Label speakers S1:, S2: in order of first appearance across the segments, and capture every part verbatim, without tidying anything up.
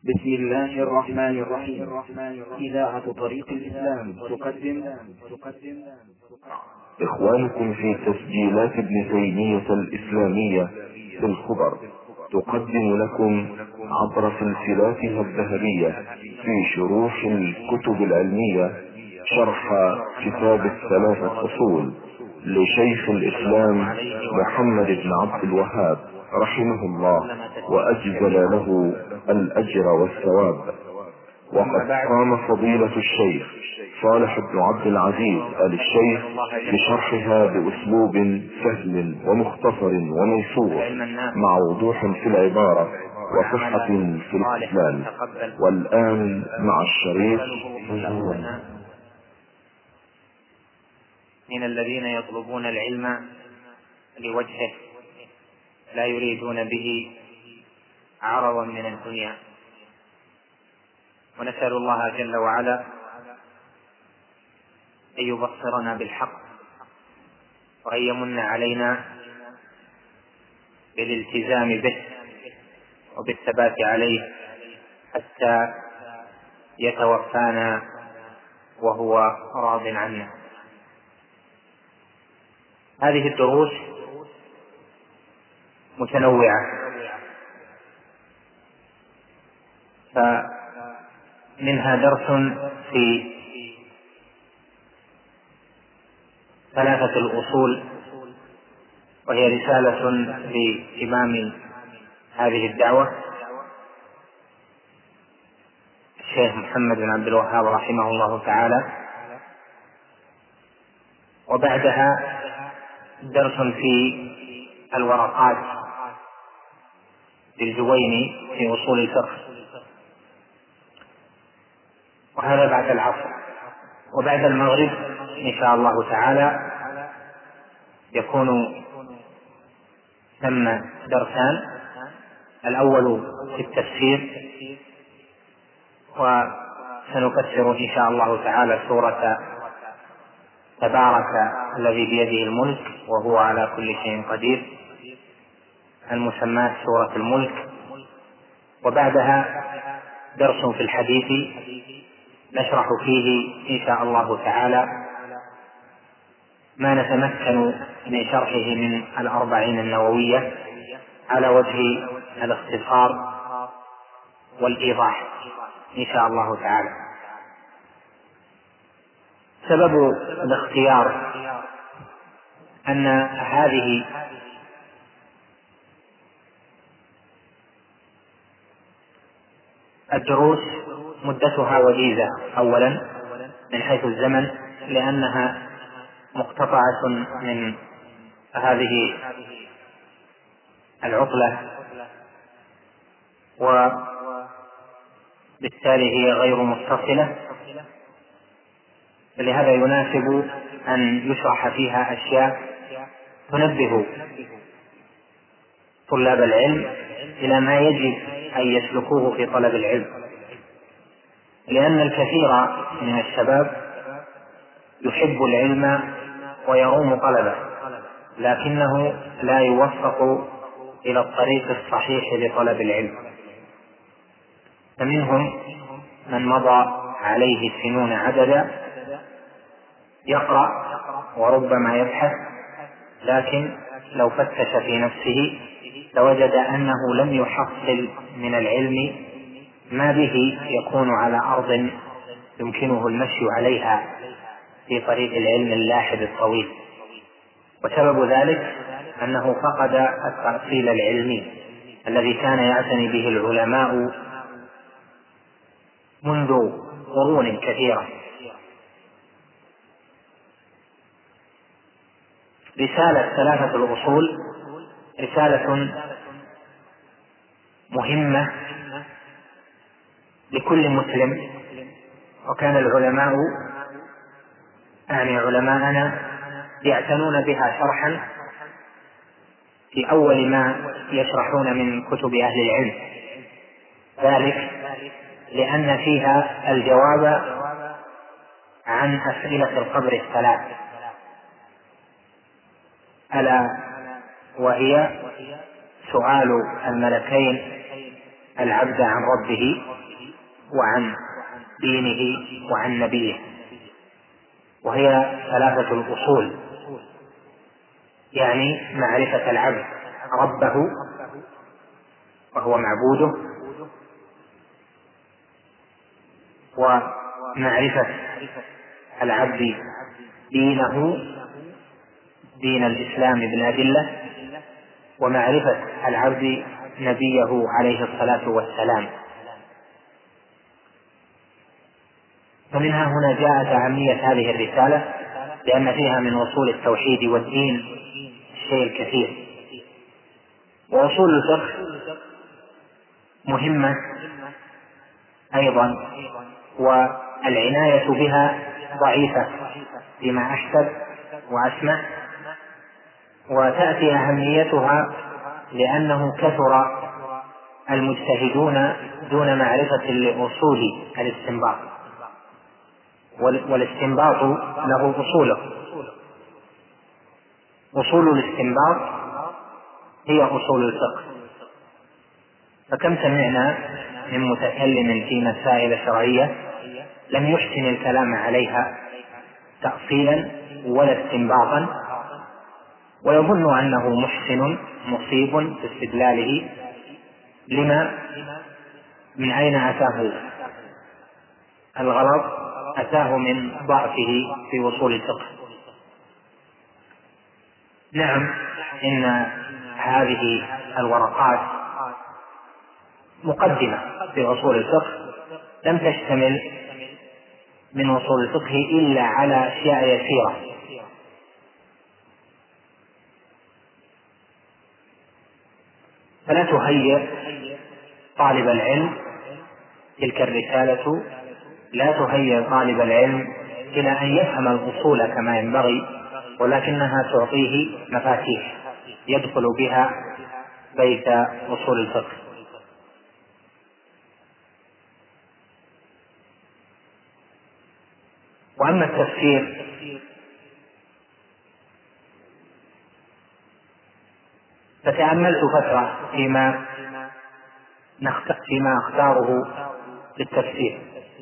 S1: بسم الله الرحمن الرحيم. إذاعة طريق الإسلام تقدم
S2: إخوانكم في تسجيلات ابن تيمية الإسلامية في الخبر تقدم لكم عبر سلسلاتها الذهبية في شروح الكتب العلمية شرح كتاب الثلاثة أصول لشيخ الإسلام محمد بن عبد الوهاب رحمه الله وأجزل له الأجر والثواب. وقد قام فضيلة الشيخ صالح بن عبد العزيز آل الشيخ بشرحها بأسلوب سهل ومختصر وميسور مع وضوح في العبارة وصحة في الاستدلال. والآن مع الشريط.
S3: من الذين يطلبون العلم لوجهه لا يريدون به عرضا من الدنيا، ونسأل الله جل وعلا أن يبصرنا بالحق وأن يمن علينا بالالتزام به وبالثبات عليه حتى يتوفانا وهو راض عنا. هذه الدروس متنوعة، فمنها درس في ثلاثة الأصول، وهي رسالة لإمام هذه الدعوة الشيخ محمد بن عبد الوهاب رحمه الله تعالى. وبعدها درس في الورقات للجويني في أصول الفقه، وهذا بعد العصر. وبعد المغرب إن شاء الله تعالى يكون ثم درسان، الأول في التفسير، وسنفسر إن شاء الله تعالى سورة تبارك الذي بيده الملك وهو على كل شيء قدير، المسماة سورة الملك. وبعدها درس في الحديث نشرح فيه إن شاء الله تعالى ما نتمكن من شرحه من الأربعين النووية على وجه الاختصار والإيضاح إن شاء الله تعالى. سبب الاختيار أن هذه الدروس مدتها وجيزة، أولا من حيث الزمن لأنها مقتطعة من هذه العطلة، وبالتالي هي غير متصلة، لهذا يناسب أن يشرح فيها أشياء تنبه طلاب العلم إلى ما يجب أن يسلكوه في طلب العلم، لأن الكثير من الشباب يحب العلم ويروم طلبه، لكنه لا يوفق إلى الطريق الصحيح لطلب العلم. فمنهم من مضى عليه سنون عددا يقرأ وربما يبحث، لكن لو فتش في نفسه لوجد أنه لم يحصل من العلم ما به يكون على أرض يمكنه المشي عليها في طريق العلم اللاحب الطويل. وسبب ذلك أنه فقد التأصيل العلمي الذي كان يعتني به العلماء منذ قرون كثيرة. رسالة ثلاثة الأصول رسالة مهمة لكل مسلم، وكان العلماء يعني علماءنا يعتنون بها شرحا في أول ما يشرحون من كتب أهل العلم، ذلك لأن فيها الجواب عن أسئلة القبر الثلاث، ألا وهي سؤال الملكين العبد عن ربه، وعن دينه وعن نبيه، وهي ثلاثة الأصول، يعني معرفة العبد ربه وهو معبوده، ومعرفة العبد دينه دين الإسلام بالأدلة، ومعرفة العبد نبيه عليه الصلاة والسلام. فمنها هنا جاءت أهمية هذه الرسالة، لأن فيها من أصول التوحيد والدين الشيء الكثير. وأصول الفقه مهمة أيضا، والعناية بها ضعيفة فيما أحسب وأسمع، وتأتي أهميتها لأنه كثر المجتهدون دون معرفة لأصول الاستنباط، والاستنباط له أصوله. أصول الاستنباط هي أصول الفقه. فكم سمعنا من متكلم في مسائل شرعية لم يحسن الكلام عليها تأصيلا ولا استنباطا، ويظن أنه محسن مصيب في استدلاله، لما من أين أتاه الغلط؟ أتاه من ضعفه في وصول الفقه. نعم، إن هذه الورقات مقدمة في أصول الفقه لم تشتمل من أصول الفقه إلا على أشياء يسيرة، فلا تهيئ طالب العلم تلك الرسالة، لا تهيئ طالب العلم إلى أن يفهم الأصول كما ينبغي، ولكنها تعطيه مفاتيح يدخل بها بيت أصول الفقه. وأما التفسير فتأملت فترة فيما فيما أختاره للتفسير،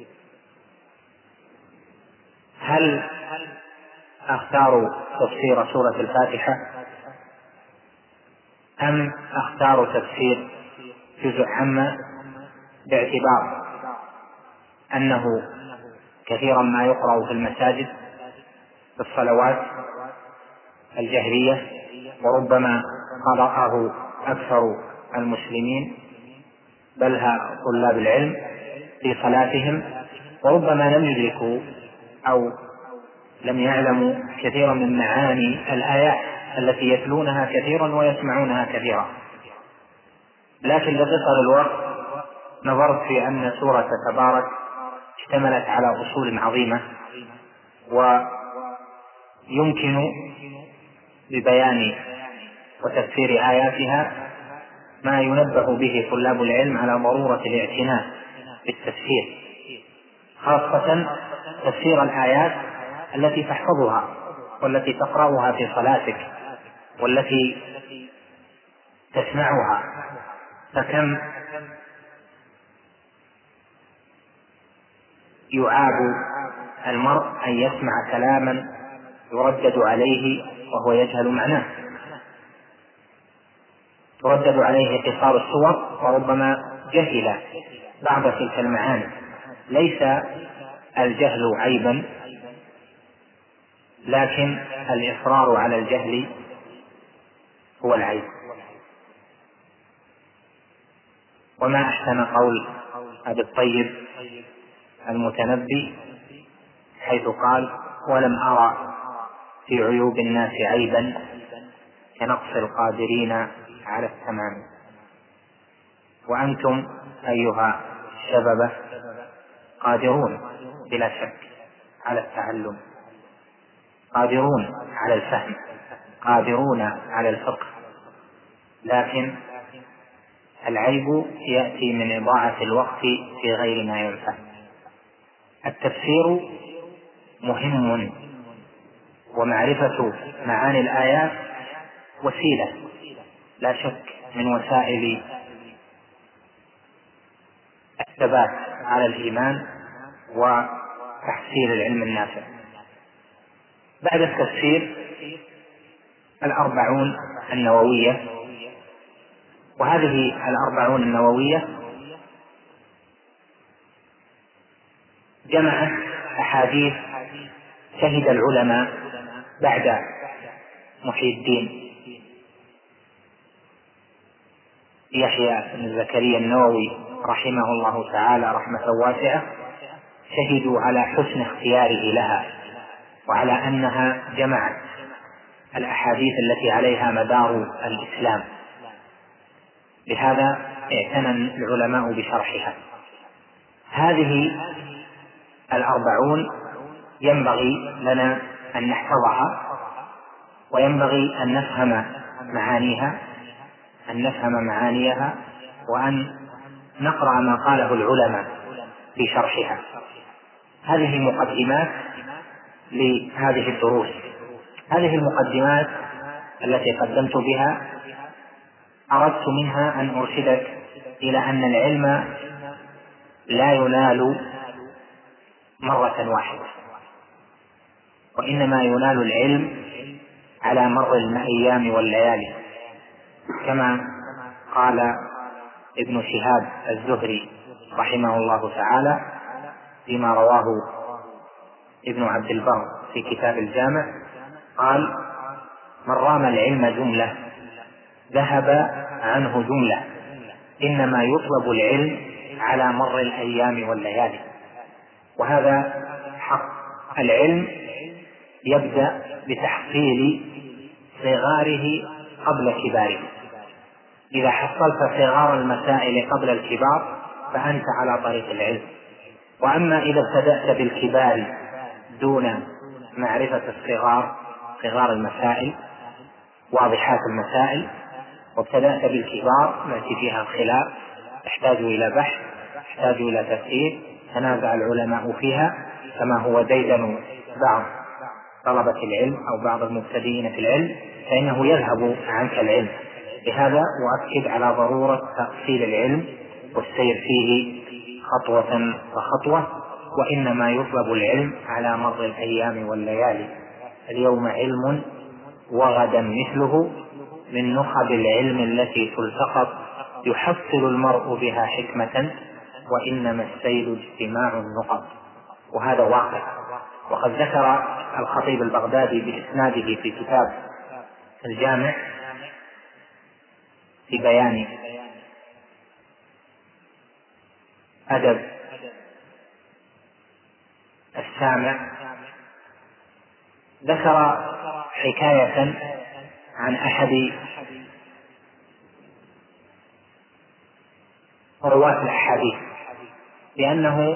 S3: هل أختار تفسير سورة الفاتحة أم أختار تفسير جزء عامة، باعتبار أنه كثيرا ما يقرأ في المساجد في الصلوات الجهرية، وربما قرأه أكثر المسلمين بل ها طلاب العلم في صلاتهم، وربما لم يدركوا أو لم يعلموا كثيرا من معاني الآيات التي يتلونها كثيرا ويسمعونها كثيرا. لكن لقصر الوقت نظرت في أن سورة تبارك اشتملت على أصول عظيمة، ويمكن ببيان وتفسير آياتها ما ينبه به طلاب العلم على ضرورة الاعتناء بالتفسير، خاصة تفسير الآيات التي تحفظها والتي تقرأها في صلاتك والتي تسمعها. فكم يعاب المرء أن يسمع كلاما يردد عليه وهو يجهل معناه، تردد عليه قصار الصور وربما جهل بعض تلك المعاني. ليس الجهل عيبا، لكن الإصرار على الجهل هو العيب. وما أحسن قول أبي الطيب المتنبي حيث قال: ولم أرى في عيوب الناس عيبا كنقص القادرين على التمام. وأنتم أيها الشباب قادرون بلا شك على التعلم، قادرون على الفهم، قادرون على الفقه، لكن العيب يأتي من إضاعة الوقت في غير ما ينفع. التفسير مهم، ومعرفة معاني الآيات وسيلة لا شك من وسائل الثبات على الإيمان وتحصيل العلم النافع. بعد التفسير الأربعون النووية، وهذه الأربعون النووية جمعت أحاديث شهد العلماء بعد محي الدين يحيى بن زكريا النووي رحمه الله تعالى رحمة واسعة، شهدوا على حسن اختياره لها وعلى أنها جمعت الأحاديث التي عليها مدار الإسلام، لهذا اعتنى العلماء بشرحها. هذه الأربعون ينبغي لنا أن نحفظها، وينبغي أن نفهم معانيها أن نفهم معانيها وأن نقرأ ما قاله العلماء في شرحها. هذه مقدمات لهذه الدروس. هذه المقدمات التي قدمت بها أردت منها أن أرشدك إلى أن العلم لا ينال مرة واحدة، وإنما ينال العلم على مر الأيام والليالي، كما قال ابن شهاب الزهري رحمه الله تعالى فيما رواه ابن عبد البر في كتاب الجامع، قال: من رام العلم جملة ذهب عنه جملة، إنما يطلب العلم على مر الأيام والليالي. وهذا حق. العلم يبدأ بتحصيل صغاره قبل كباره. إذا حصلت صغار المسائل قبل الكبار فأنت على طريق العلم. وأما إذا ابتدأت بالكبار دون معرفة الصغار صغار المسائل واضحات المسائل، وابتدأت بالكبار التي فيها الخلاف تحتاج إلى بحث تحتاج إلى تفسير تنازع العلماء فيها، كما هو ديدن بعض طلبة العلم أو بعض المبتدئين في العلم، فإنه يذهب عنك العلم. لهذا أؤكد على ضرورة تأصيل العلم والسير فيه خطوة فخطوة، وإنما يطلب العلم على مر الأيام والليالي. اليوم علم وغدا مثله، من نخب العلم التي تلتقط، يحصل المرء بها حكمة، وإنما السيل اجتماع النقط. وهذا واقع. وقد ذكر الخطيب البغدادي بإسناده في كتاب الجامع في بيان أدب السامع، ذكر حكاية عن أحد رواة الأحاديث بأنه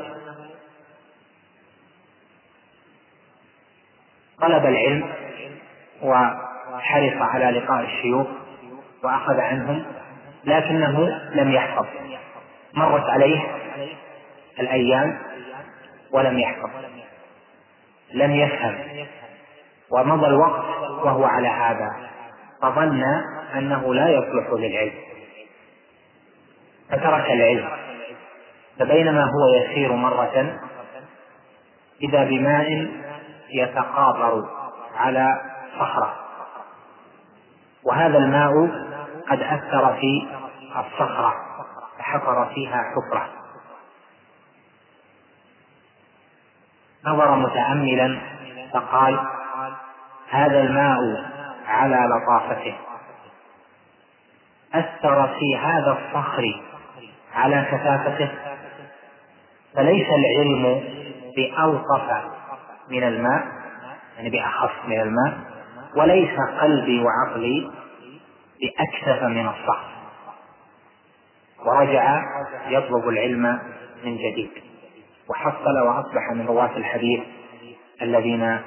S3: طلب العلم وحرص على لقاء الشيوخ وأخذ عنهم، لكنه لم يحفظ. مرت عليه الأيام ولم يحفظ، لم يفهم، ومضى الوقت وهو على هذا، فظن أنه لا يصلح للعلم فترك العلم. فبينما هو يسير مرة إذا بماء يتقاطر على صخرة، وهذا الماء قد أثر في الصخرة فحفر فيها حفرة. نظر متأملا فقال: هذا الماء على لطافته أثر في هذا الصخر على كثافته، فليس العلم بألطف من الماء، يعني بأخف من الماء، وليس قلبي وعقلي بأكثف من الصخر. ورجع يطلب العلم من جديد، وحصل وأصبح من رواة الحديث الذين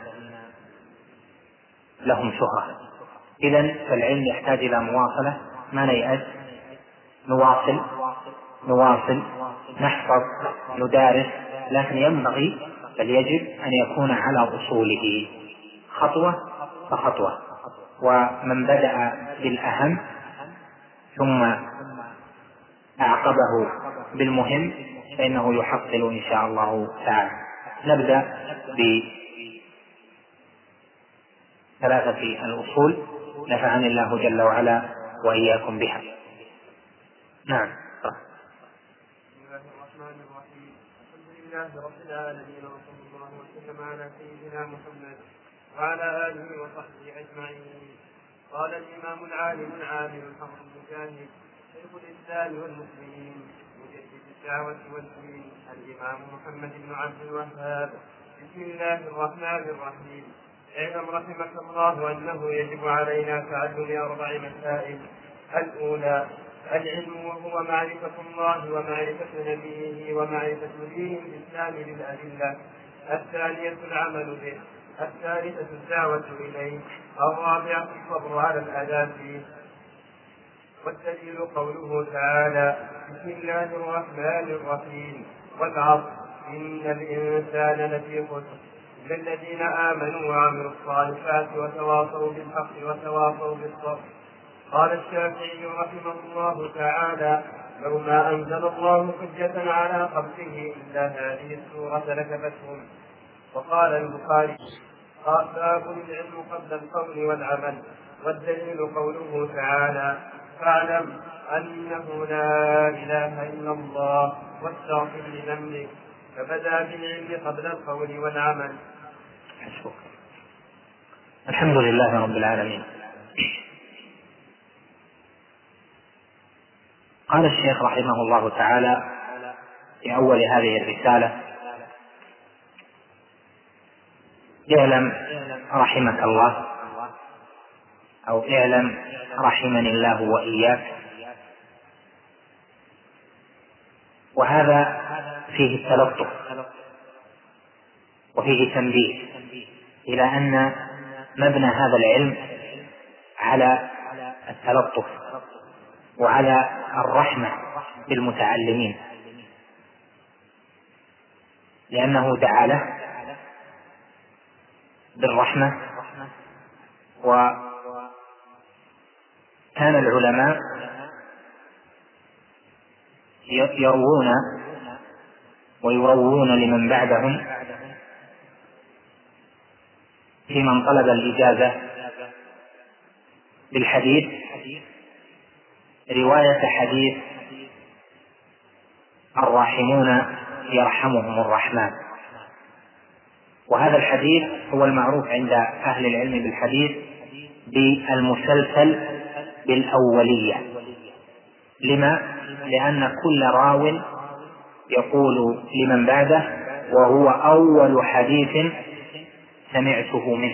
S3: لهم شهرة. إذن فالعلم يحتاج إلى مواصلة، ما نيأس، نواصل نواصل نحفظ ندارس، لكن ينبغي بل يجب أن يكون على أصوله خطوة فخطوة. ومن بدأ بالأهم ثم أعقبه بالمهم فإنه يحصل إن شاء الله تعالى. نبدأ بثلاثة الأصول نفعني الله جل وعلا وإياكم بها. نعم.
S4: بسم الله الرحمن الرحيم. الحمد لله رب العالمين، وصلى الله وسلم على سيدنا محمد وعلى آله وصحبه أجمعين. قال الإمام العالم العامل الحق المجاهد شيخ الإسلام والمسلمين مجدد الدعوة والدين الإمام محمد بن عبد الوهاب. بسم الله الرحمن الرحيم. اعلم رحمك الله أنه يجب علينا تعلم أربع مسائل. الأولى العلم، وهو معرفة الله ومعرفة نبيه ومعرفة دين الإسلام بالأدلة. الثانية العمل به. الثالثة الدعوة إليه. الرابعة الصبر على الأذى فيه. والدليل قوله تعالى: بسم الله الرحمن الرحيم، والعصر إن الإنسان لفي خسر إلا الذين آمنوا وعملوا الصالحات وتواصوا بالحق وتواصوا بالصبر. قال الشافعي رحمه الله تعالى: لو ما أنزل الله حجة على خلقه إلا هذه السورة لكفتهم. وقال البخاري: قال باب العلم قبل القول والعمل. والدليل قوله تعالى: فاعلم أنه لا إله إلا الله واستغفر لذنبك. فبدأ بالعلم قبل القول والعمل.
S3: حسبك. الحمد لله رب العالمين. قال الشيخ رحمه الله تعالى في أول هذه الرسالة: اعلم رحمك الله، أو اعلم رحمني الله وإياك. وهذا فيه التلطف وفيه تنبيه إلى أن مبنى هذا العلم على التلطف وعلى الرحمة بالمتعلمين، لأنه دعا له بالرحمة. وكان العلماء يروون ويروون لمن بعدهم في من طلب الإجازة بالحديث رواية حديث الراحمون يرحمهم الرحمن. وهذا الحديث هو المعروف عند أهل العلم بالحديث بالمسلسل بالأولية. لما؟ لأن كل راو يقول لمن بعده: وهو أول حديث سمعته منه.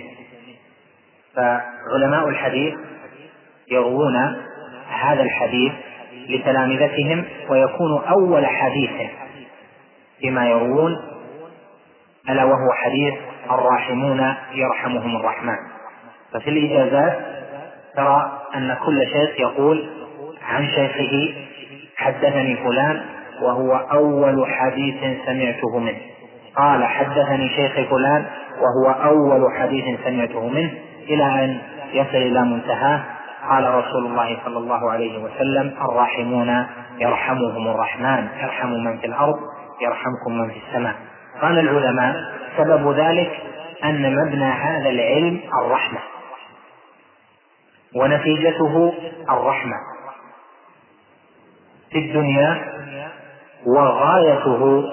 S3: فعلماء الحديث يروون هذا الحديث لتلامذتهم، ويكون أول حديث فيما يروون ألا وهو حديث الراحمون يرحمهم الرحمن. ففي الإجازات ترى أن كل شيخ يقول عن شيخه: حدثني فلان وهو أول حديث سمعته منه، قال حدثني شيخ فلان وهو أول حديث سمعته منه، إلى أن يصل إلى منتهاه: قال رسول الله صلى الله عليه وسلم: الراحمون يرحمهم الرحمن، يرحم من في الأرض يرحمكم من في السماء. قال العلماء: سبب ذلك أن مبنى هذا العلم الرحمة، ونتيجته الرحمة في الدنيا، وغايته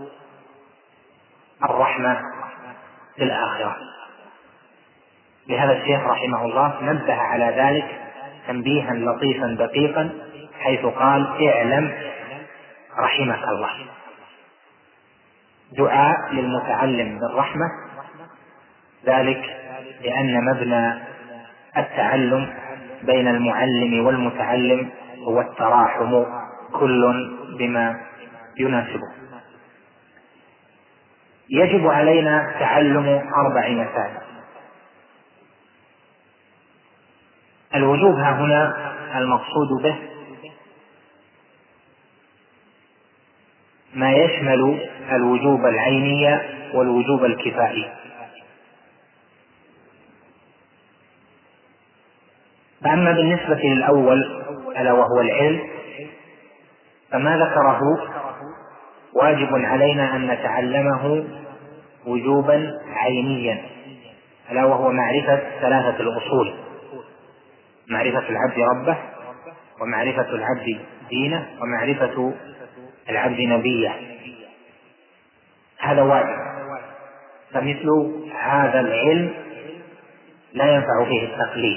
S3: الرحمة في الآخرة. لهذا الشيخ رحمه الله نبه على ذلك تنبيها لطيفا دقيقا، حيث قال: اعلم رحمك الله. دعاء للمتعلم بالرحمة، ذلك لأن مبنى التعلم بين المعلم والمتعلم هو التراحم، كل بما يناسبه. يجب علينا تعلم أربع مسائل. الوجوب ها هنا المقصود به ما يشمل الوجوب العيني والوجوب الكفائي. فأما بالنسبة للأول ألا وهو العلم، فما ذكره واجب علينا أن نتعلمه وجوبا عينيا، ألا وهو معرفة ثلاثة الأصول: معرفة العبد ربه، ومعرفة العبد دينه، ومعرفة العبد نبيه. هذا واجب. فمثل هذا العلم لا ينفع فيه التقليد،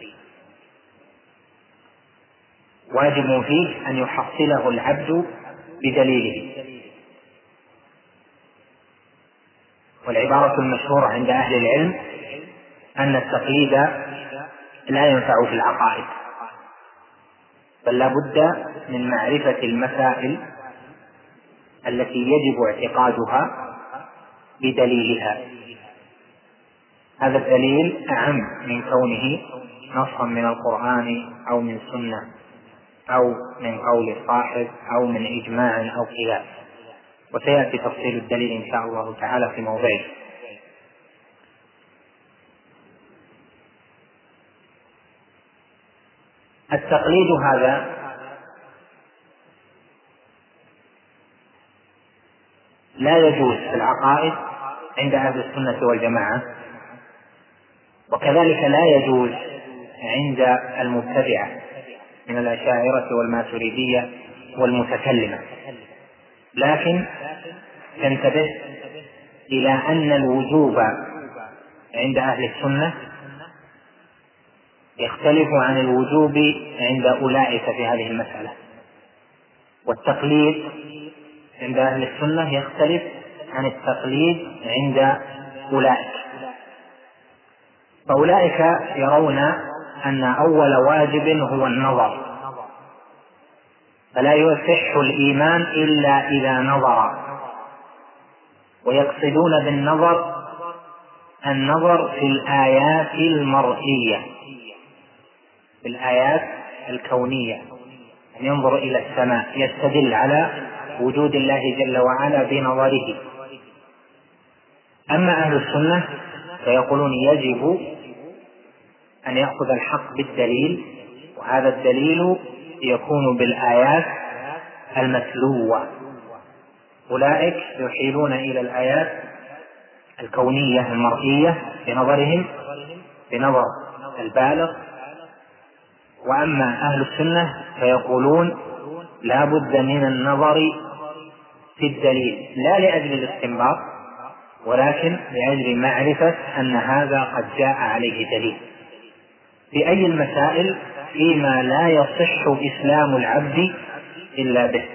S3: واجب فيه أن يحصله العبد بدليله. والعبارة المشهورة عند أهل العلم أن التقليد لا ينفع في العقائد، بل لا بد من معرفة المسائل التي يجب اعتقادها بدليلها. هذا الدليل أعم من كونه نصا من القرآن أو من سنة أو من قول صاحب أو من إجماع أو قياس، وسيأتي تفصيل الدليل إن شاء الله تعالى في موضعه. التقليد هذا لا يجوز في العقائد عند أهل السنة والجماعة، وكذلك لا يجوز عند المبتدعة من الأشاعرة والماتريدية والمتكلمة. لكن تنتبه إلى أن الوجوب عند أهل السنة يختلف عن الوجوب عند أولئك في هذه المسألة، والتقليد عند أهل السنة يختلف عن التقليد عند أولئك. فأولئك يرون أن أول واجب هو النظر، فلا يصح الإيمان إلا إذا نظر، ويقصدون بالنظر النظر في الآيات المرئية، في الآيات الكونية، أن ينظر إلى السماء يستدل على وجود الله جل وعلا بنظره. أما أهل السنة فيقولون يجب أن يأخذ الحق بالدليل، وهذا الدليل يكون بالآيات المتلوة. أولئك يحيلون إلى الآيات الكونية المرئية بنظرهم بنظر البالغ، وأما أهل السنة فيقولون لا بد من النظر في الدليل، لا لأجل الاستنباط ولكن لأجل معرفة أن هذا قد جاء عليه دليل في أي المسائل فيما لا يصح إسلام العبد إلا به،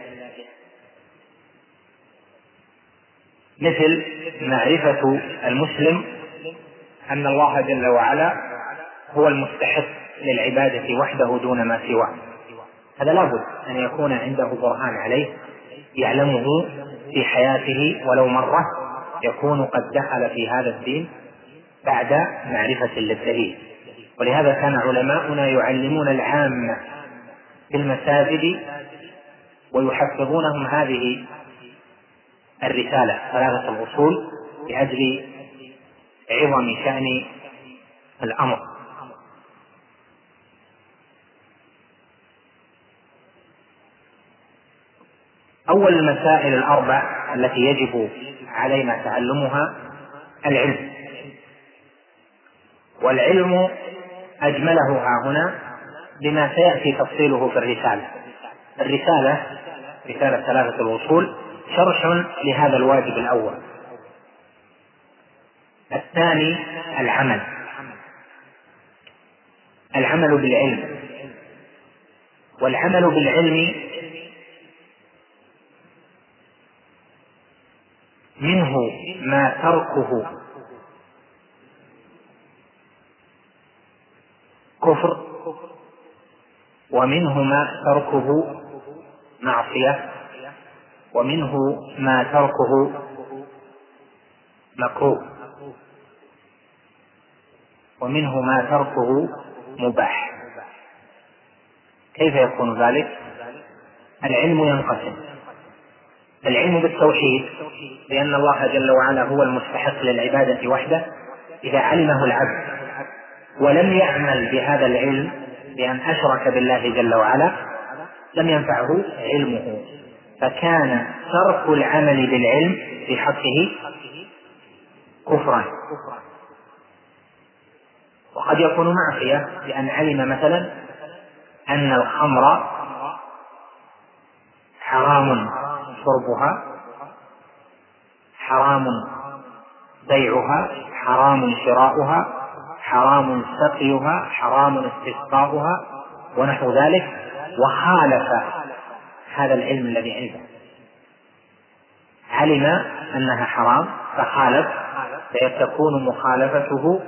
S3: مثل معرفة المسلم أن الله جل وعلا هو المستحق للعبادة وحده دون ما سواه. هذا لابد أن يكون عنده برهان عليه يعلمه في حياته ولو مرة، يكون قد دخل في هذا الدين بعد معرفة للدليل. ولهذا كان علماؤنا يعلمون العامة في المساجد ويحفظونهم هذه الرسالة ثلاثة الأصول لأجل عظم شأن الأمر. أول المسائل الأربع التي يجب علينا تعلمها العلم، والعلم أجمله ها هنا بما سيأتي تفصيله في الرسالة. الرسالة رسالة ثلاثة الأصول شرح لهذا الواجب الأول. الثاني العمل، العمل بالعلم، والعمل بالعلم منه ما تركه كفر، ومنه ما تركه معصية، ومنه ما تركه مكروه، ومنه ما تركه مباح. كيف يكون ذلك؟ العلم ينقسم: العلم بالتوحيد لأن الله جل وعلا هو المستحق للعبادة وحده، إذا علمه العبد ولم يعمل بهذا العلم بأن أشرك بالله جل وعلا لم ينفعه علمه، فكان ترك العمل بالعلم في حقه كفرا. وقد يكون معصية بأن علم مثلا أن الخمر حرام شربها، حرام بيعها، حرام شراؤها، حرام سقيها، حرام استسقاؤها ونحو ذلك، وخالف هذا العلم الذي عنده، علم أنها حرام فخالف، فيتكون مخالفته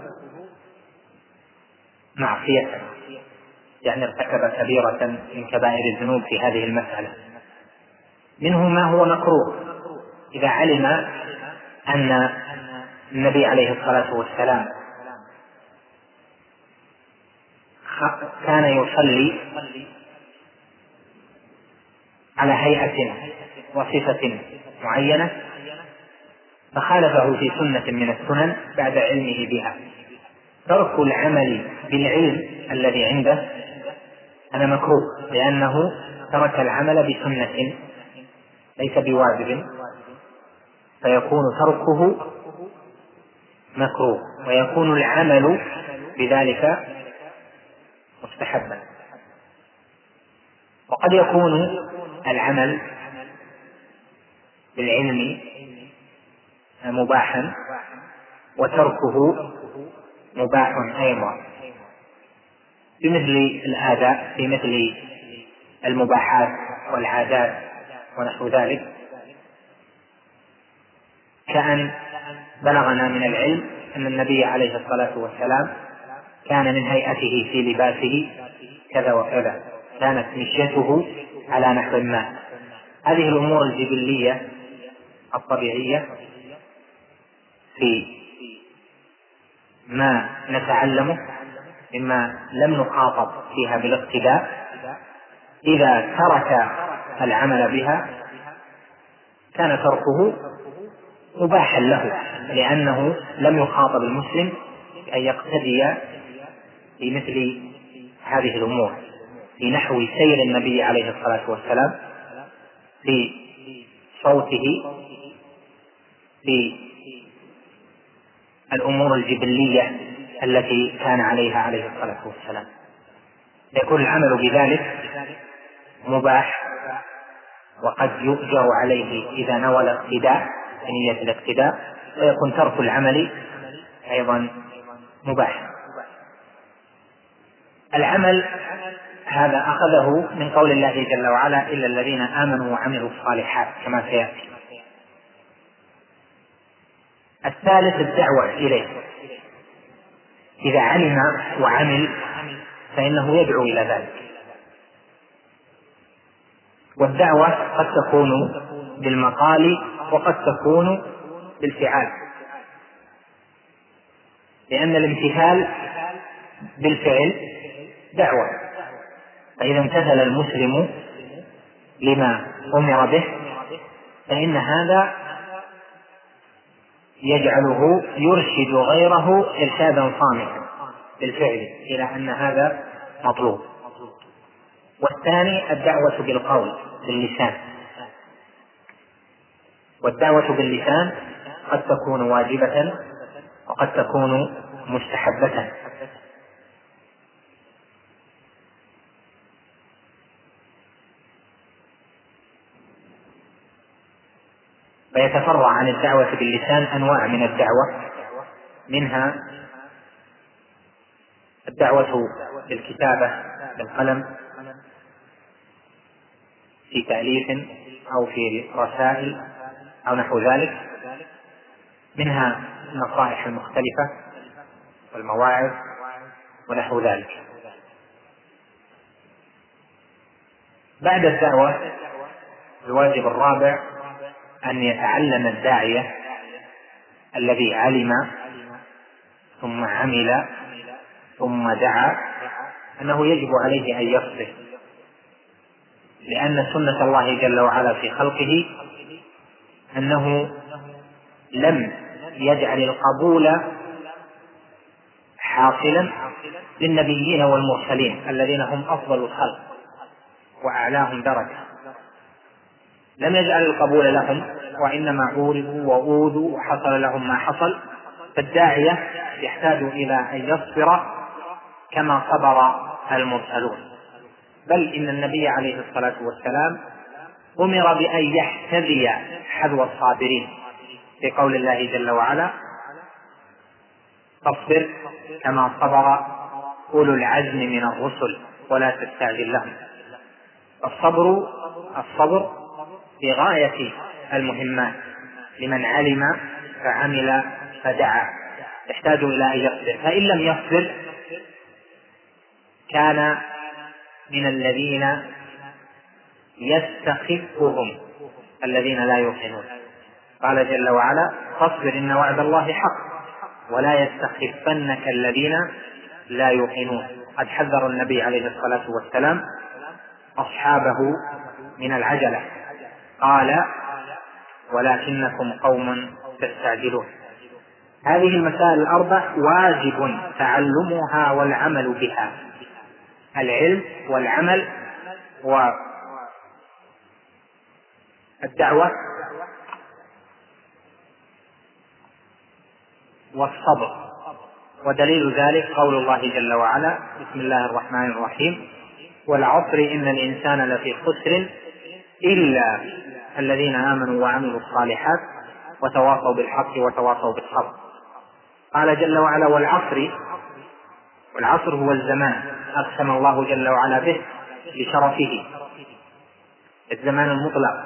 S3: معصية، يعني ارتكب كبيرة من كبائر الذنوب في هذه المسألة. منه ما هو مكروه، إذا علم أن النبي عليه الصلاة والسلام كان يصلي على هيئة وصفة معينة فخالفه في سنة من السنن بعد علمه بها، ترك العمل بالعلم الذي عنده أنا مكروه، لأنه ترك العمل بسنة ليس بواجب، فيكون تركه مكروه، ويكون العمل بذلك مستحبا. وقد يكون العمل بالعلم مباحا وتركه مباح أيضا، بمثل الآداء، في مثل المباحات والعادات ونحو ذلك، كأن بلغنا من العلم أن النبي عليه الصلاة والسلام كان من هيئته في لباسه كذا وكذا، كانت مشيته على نحو ما. هذه الأمور الجبلية الطبيعية في ما نتعلمه مما لم نخاطب فيها بالاقتداء، إذا ترك العمل بها كان تركه مباحا له، لأنه لم يخاطب المسلم أن يقتدي في مثل هذه الأمور، في نحو سير النبي عليه الصلاة والسلام، في صوته، في الأمور الجبلية التي كان عليها عليه الصلاة والسلام. يكون العمل بذلك مباح، وقد يؤجر عليه إذا نوى الاقتداء بنية الاقتداء، ويكون ترك العمل أيضا مباح. العمل هذا أخذه من قول الله جل وعلا: إلا الذين آمنوا وعملوا الصالحات، كما سيأتي. الثالث الدعوة إليه، إذا علم وعمل فإنه يدعو إلى ذلك. والدعوة قد تكون بالمقال وقد تكون بالفعال، لأن الامتثال بالفعل دعوة، فإذا امتثل المسلم لما أمر به فإن هذا يجعله يرشد غيره إرشادا صامتا بالفعل إلى أن هذا مطلوب. والثاني الدعوة بالقول باللسان، والدعوة باللسان قد تكون واجبة وقد تكون مستحبة. فيتفرع عن الدعوة باللسان أنواع من الدعوة، منها الدعوة بالكتابة بالقلم في تأليف أو في رسائل أو نحو ذلك، منها النصائح المختلفة والمواعظ ونحو ذلك. بعد الدعوة الواجب الرابع أن يتعلم الداعية الذي علم ثم عمل ثم دعا أنه يجب عليه أن يصبر، لأن سنة الله جل وعلا في خلقه أنه لم يجعل القبول حاصلا للنبيين والمرسلين الذين هم أفضل الخلق وأعلاهم درجة، لم يجعل القبول لهم، وإنما عورضوا وأوذوا وحصل لهم ما حصل. فالداعية يحتاج إلى أن يصبر كما صبر المرسلون، بل إن النبي عليه الصلاة والسلام أمر بأن يحتذي حذو الصابرين في قول الله جل وعلا: فاصبر كما صبر أولو العزم من الرسل ولا تستعجل لهم. الصبر الصبر في غاية المهمات لمن علم فعمل فدعا، يحتاج إلى أن يصبر، فإن لم يصبر كان من الذين يستخفهم الذين لا يوقنون. قال جل وعلا: فاصبر إن وعد الله حق ولا يستخفنك الذين لا يوقنون. قد حذر النبي عليه الصلاة والسلام أصحابه من العجلة، قال: ولكنكم قوم تستعجلون. هذه المسائل الأربع واجب تعلمها والعمل بها، العلم والعمل والدعوة والصبر. ودليل ذلك قول الله جل وعلا: بسم الله الرحمن الرحيم: والعصر إن الإنسان لفي خسر إلا الذين آمنوا وعملوا الصالحات وتواصوا بالحق وتواصوا بالصبر. قال جل وعلا: والعصر، والعصر هو الزمان، أقسم الله جل وعلا به لشرفه، الزمان المطلق.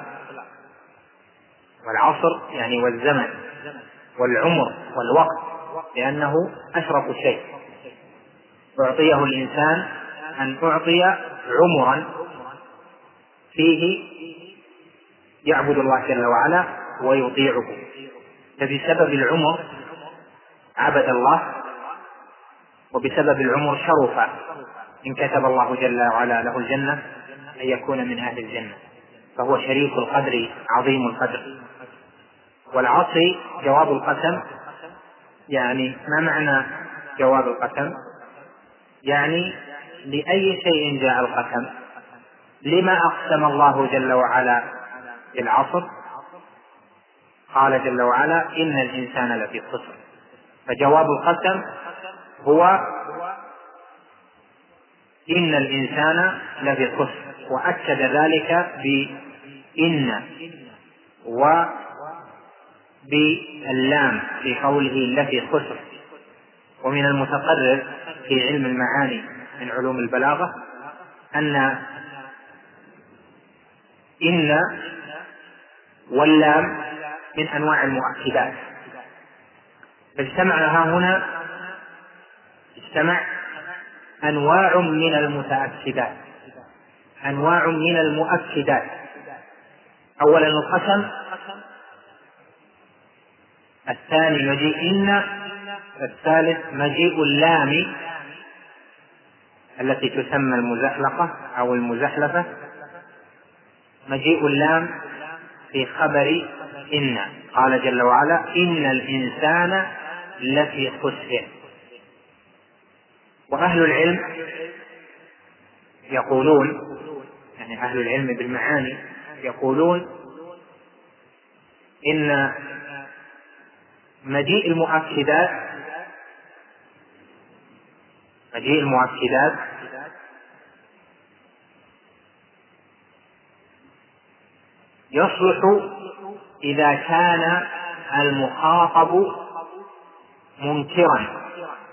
S3: والعصر يعني والزمن والعمر والوقت، لأنه أشرف شيء أعطيه الإنسان، أن أعطي عمرا فيه يعبد الله جل وعلا ويطيعه، فبسبب العمر عبد الله، وبسبب العمر شرف إن كتب الله جل وعلا له الجنة أن يكون من أهل الجنة، فهو شريف القدر عظيم القدر. والعصر جواب القسم، يعني ما معنى جواب القسم؟ يعني لأي شيء جاء القسم؟ لما أقسم الله جل وعلا بالعصر؟ قال جل وعلا: إن الإنسان لفي خسر. فجواب القسم هو إن الإنسان لفي خسر، وأكد ذلك بإن وباللام في قوله لفي خسر. ومن المتقرر في علم المعاني من علوم البلاغة أن إن واللام من أنواع المؤكدات، فاجتمع ها هنا اجتمع أنواع من المتأكدات، أنواع من المؤكدات. أولا القسم، الثاني مجيء إن، الثالث مجيء اللام التي تسمى المزحلقة أو المزحلفة، مجيء اللام في خبر إن. قال جل وعلا: إن الإنسان لفي خسر. وأهل العلم يقولون، يعني أهل العلم بالمعاني يقولون إن مجيء المؤكدات مجيء المؤكدات يصلح إذا كان المخاطب منكرا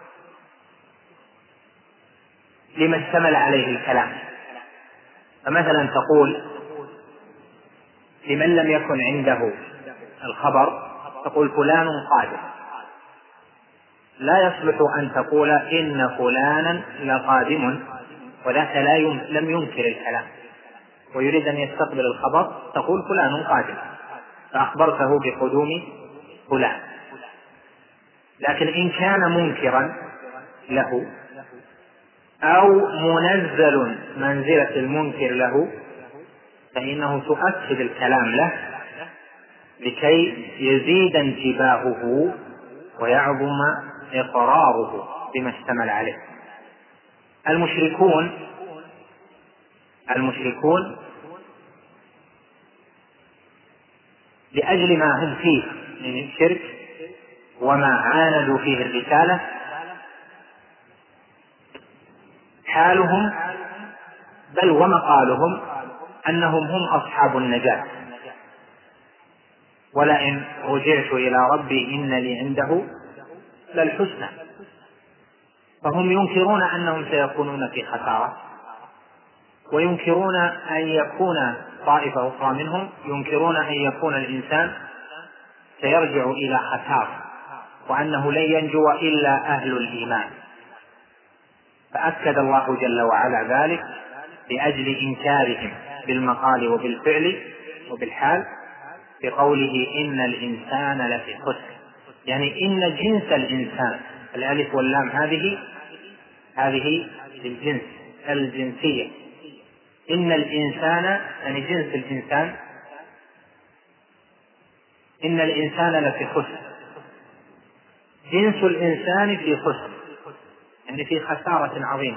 S3: لما اشتمل عليه الكلام. فمثلا تقول لمن لم يكن عنده الخبر، تقول فلان قادم، لا يصلح أن تقول إن فلانا لقادم، وذاك لا لم ينكر الكلام ويريد أن يستقبل الخبر، تقول فلان قادم فأخبرته بقدوم فلان. لكن إن كان منكرا له أو منزل منزلة المنكر له فإنه تؤكد الكلام له لكي يزيد انتباهه ويعظم إقراره بما اشتمل عليه. المشركون المشركون لأجل ما هم فيه من الشرك وما عاندوا فيه الرسالة، حالهم بل ومقالهم أنهم هم أصحاب النجاة، ولئن رجعت إلى ربي إن لي عنده للحسنى. فهم ينكرون أنهم سيكونون في خسارة، وينكرون أن يكون طائفة أخرى منهم ينكرون أن يكون الإنسان سيرجع إلى خسارة، وأنه لن ينجو إلا أهل الإيمان. فأكد الله جل وعلا ذلك لأجل إنكارهم بالمقال وبالفعل وبالحال بقوله إن الإنسان لفي خسر، يعني إن جنس الإنسان، الألف واللام هذه هذه الجنس الجنسية، إن الإنسان يعني جنس الإنسان، إن الإنسان لفي خسر، جنس الإنسان في خسر، يعني في خسارة عظيمة،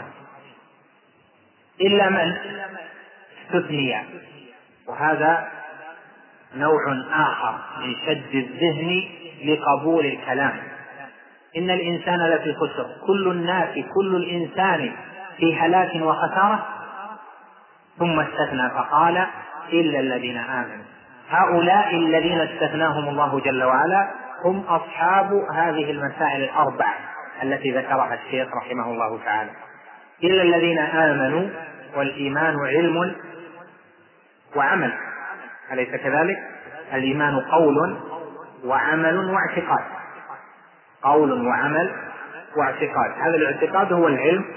S3: إلا من استثني، وهذا نوع آخر من شد الذهن لقبول الكلام. إن الإنسان لفي خسر، كل الناس كل الإنسان في هلاك وخسارة، ثم استثنى فقال إلا الذين آمنوا. هؤلاء الذين استثناهم الله جل وعلا هم أصحاب هذه المسائل الأربع التي ذكرها الشيخ رحمه الله تعالى. إلا الذين آمنوا، والإيمان علم وعمل، أليس كذلك؟ الإيمان قول وعمل واعتقاد، قول وعمل واعتقاد. هذا الاعتقاد هو العلم،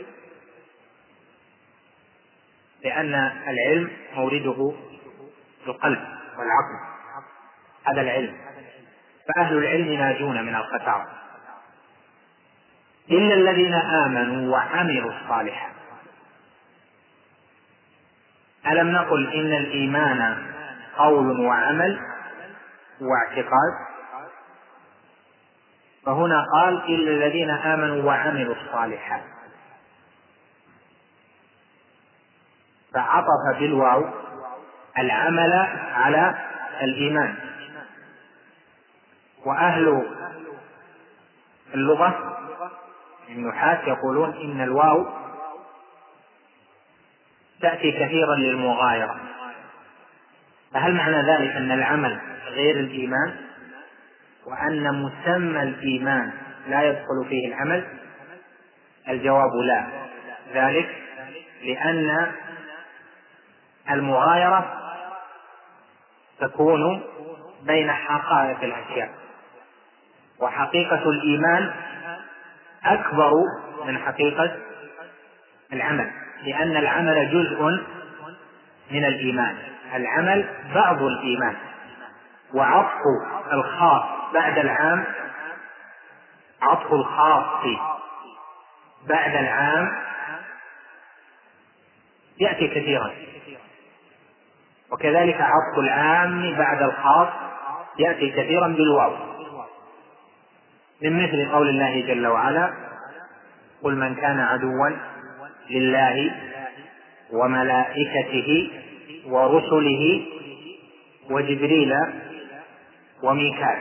S3: لأن العلم مورده القلب والعقل، هذا العلم، فأهل العلم ناجون من الخسارة. إلا الذين آمنوا وعملوا الصالحات. ألم نقل إن الإيمان قول وعمل واعتقاد؟ فهنا قال إلا الذين آمنوا وعملوا الصالحات، فعطف بالواو العمل على الإيمان. وأهل اللغة النحاة يقولون إن الواو تأتي كثيرا للمغايرة. فهل معنى ذلك أن العمل غير الإيمان، وأن مسمى الإيمان لا يدخل فيه العمل؟ الجواب لا، ذلك لأن المغايرة تكون بين حقائق الأشياء، وحقيقة الإيمان أكبر من حقيقة العمل، لأن العمل جزء من الإيمان، العمل بعض الإيمان. وعطف الخاص بعد العام، عطف الخاص بعد العام يأتي كثيرا، وكذلك عطف العام بعد الخاص يأتي كثيرا بالواو، من مثل قول الله جل وعلا قل من كان عدوا لله وملائكته ورسله وجبريل وميكال.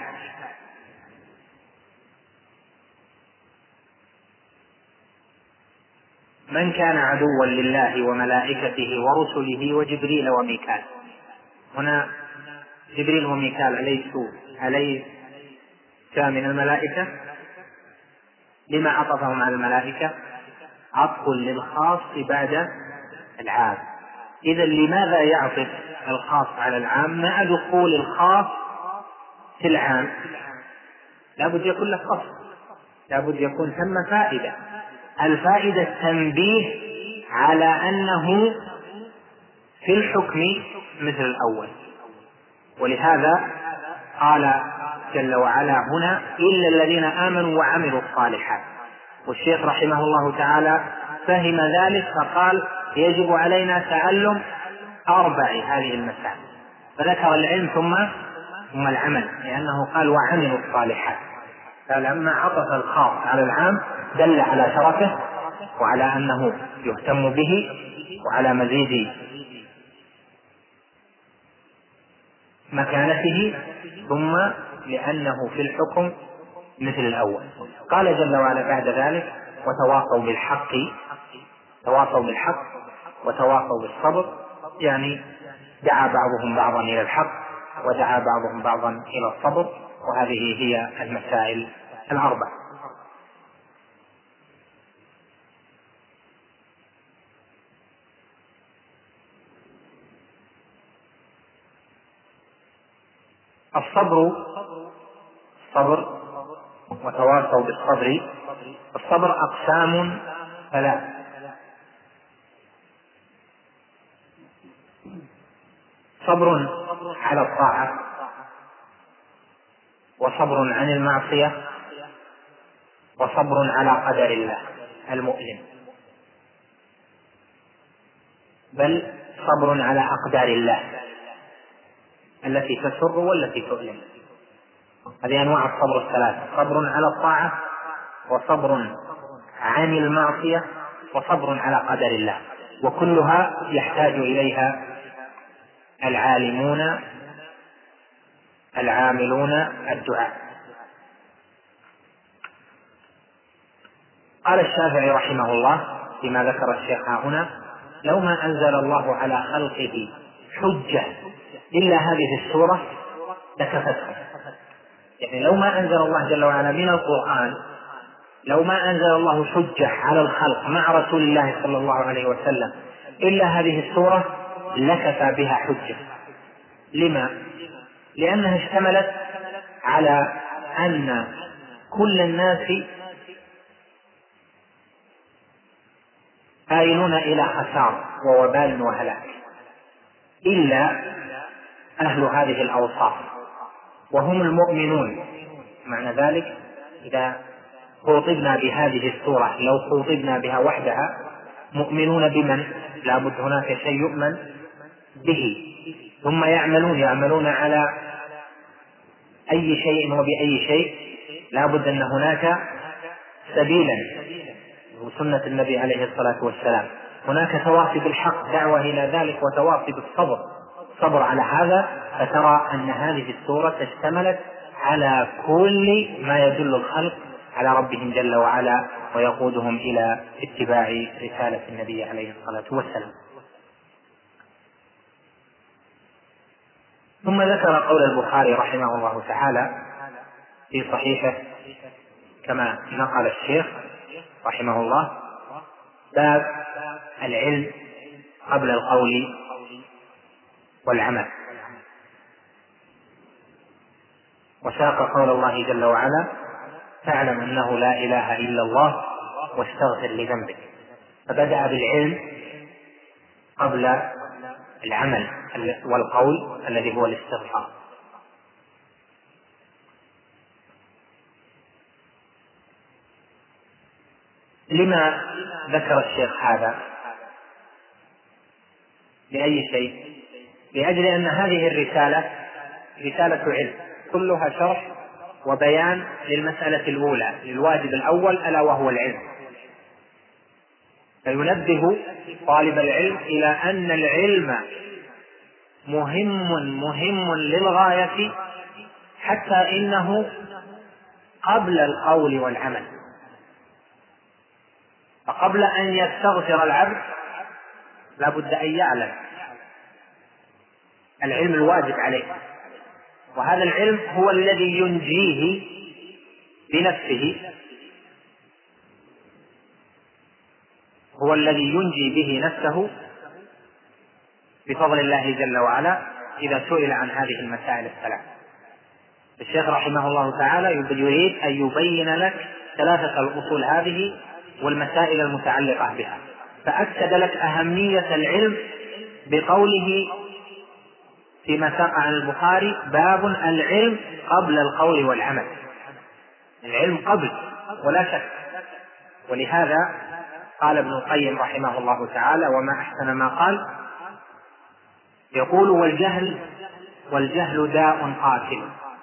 S3: من كان عدوا لله وملائكته ورسله وجبريل وميكال، هنا جبريل وميكال أليسوا أليس من الملائكة؟ لما عطفهم على الملائكة؟ عطف للخاص بعد العام. إذا لماذا يعطف الخاص على العام مع دخول الخاص في العام؟ لابد يكون له خاص، لابد يكون ثم فائدة. الفائدة التنبيه على أنه في الحكم مثل الأول، ولهذا قال جل وعلا هنا إلا الذين آمنوا وعملوا الصالحات. والشيخ رحمه الله تعالى فهم ذلك فقال يجب علينا تعلم أربع هذه المسائل، فذكر العلم ثم ثم العمل، لأنه قال وعملوا الصالحات، فلما عطف الخاص على العام دل على شرفه وعلى أنه يهتم به وعلى مزيد مكانته، ثم لأنه في الحكم مثل الأول. قال جل وعلا بعد ذلك: وتواصوا بالحق تواصوا بالحق وتواصوا بالصبر، يعني دعا بعضهم بعضا إلى الحق ودعا بعضهم بعضا إلى الصبر، وهذه هي المسائل الأربع. الصبر الصبر وتواصوا بالصبر. الصبر أقسام ثلاث: صبر على الطاعة، وصبر عن المعصية، وصبر على قدر الله المؤلم، بل صبر على أقدار الله التي تسر والتي تؤلم. هذه أنواع الصبر الثلاثة: صبر على الطاعة، وصبر عن المعصية، وصبر على قدر الله. وكلها يحتاج إليها العالمون العاملون الدعاء. قال الشافعي رحمه الله فيما ذكر الشيخ هنا: لو ما أنزل الله على خلقه حجة إلا هذه السورة لكفتهم. يعني لو ما أنزل الله جل وعلا من القرآن، لو ما أنزل الله حجة على الخلق مع رسول الله صلى الله عليه وسلم إلا هذه السورة لكفى بها حجة. لما؟ لأنها اشتملت على أن كل الناس آيلون إلى خسار ووبال وهلاك إلا أهل هذه الأوصاف، وهم المؤمنون. معنى ذلك إذا خوطبنا بهذه السورة، لو خوطبنا بها وحدها، مؤمنون بمن؟ لا بد هناك شيء يؤمن به، ثم يعملون يعملون على أي شيء وبأي شيء لا بد أن هناك سبيلا، وسنة النبي عليه الصلاة والسلام. هناك تواصي بالحق، دعوة إلى ذلك، وتواصي بالصبر، صبر على هذا. فترى أن هذه السورة اشتملت على كل ما يدل الخلق على ربهم جل وعلا ويقودهم إلى اتباع رسالة النبي عليه الصلاة والسلام. ثم ذكر قول البخاري رحمه الله تعالى في صحيحه كما نقل الشيخ رحمه الله: باب العلم قبل القول والعمل. وساق قول الله جل وعلا: فاعلم أنه لا إله إلا الله واستغفر لذنبك. فبدأ بالعلم قبل العمل والقول الذي هو الاستغفار. لما ذكر الشيخ هذا؟ لأي شيء؟ لأجل أن هذه الرسالة رسالة علم، كلها شرح وبيان للمسألة الأولى، للواجب الأول ألا وهو العلم. فينبه طالب العلم إلى أن العلم مهم مهم للغاية، حتى إنه قبل القول والعمل. فقبل أن يستغفر العبد لا بد أن يعلم العلم الواجب عليه، وهذا العلم هو الذي ينجيه بنفسه، هو الذي ينجي به نفسه بفضل الله جل وعلا إذا سئل عن هذه المسائل الثلاث. الشيخ رحمه الله تعالى يريد أن يبين لك ثلاثة الأصول هذه والمسائل المتعلقة بها، فأكد لك أهمية العلم بقوله فيما ساق عن البخاري: باب العلم قبل القول والعمل. العلم قبل ولا شك. ولهذا قال ابن القيم رحمه الله تعالى: وما أحسن ما قال، يقول: والجهل والجهل داء قاتل.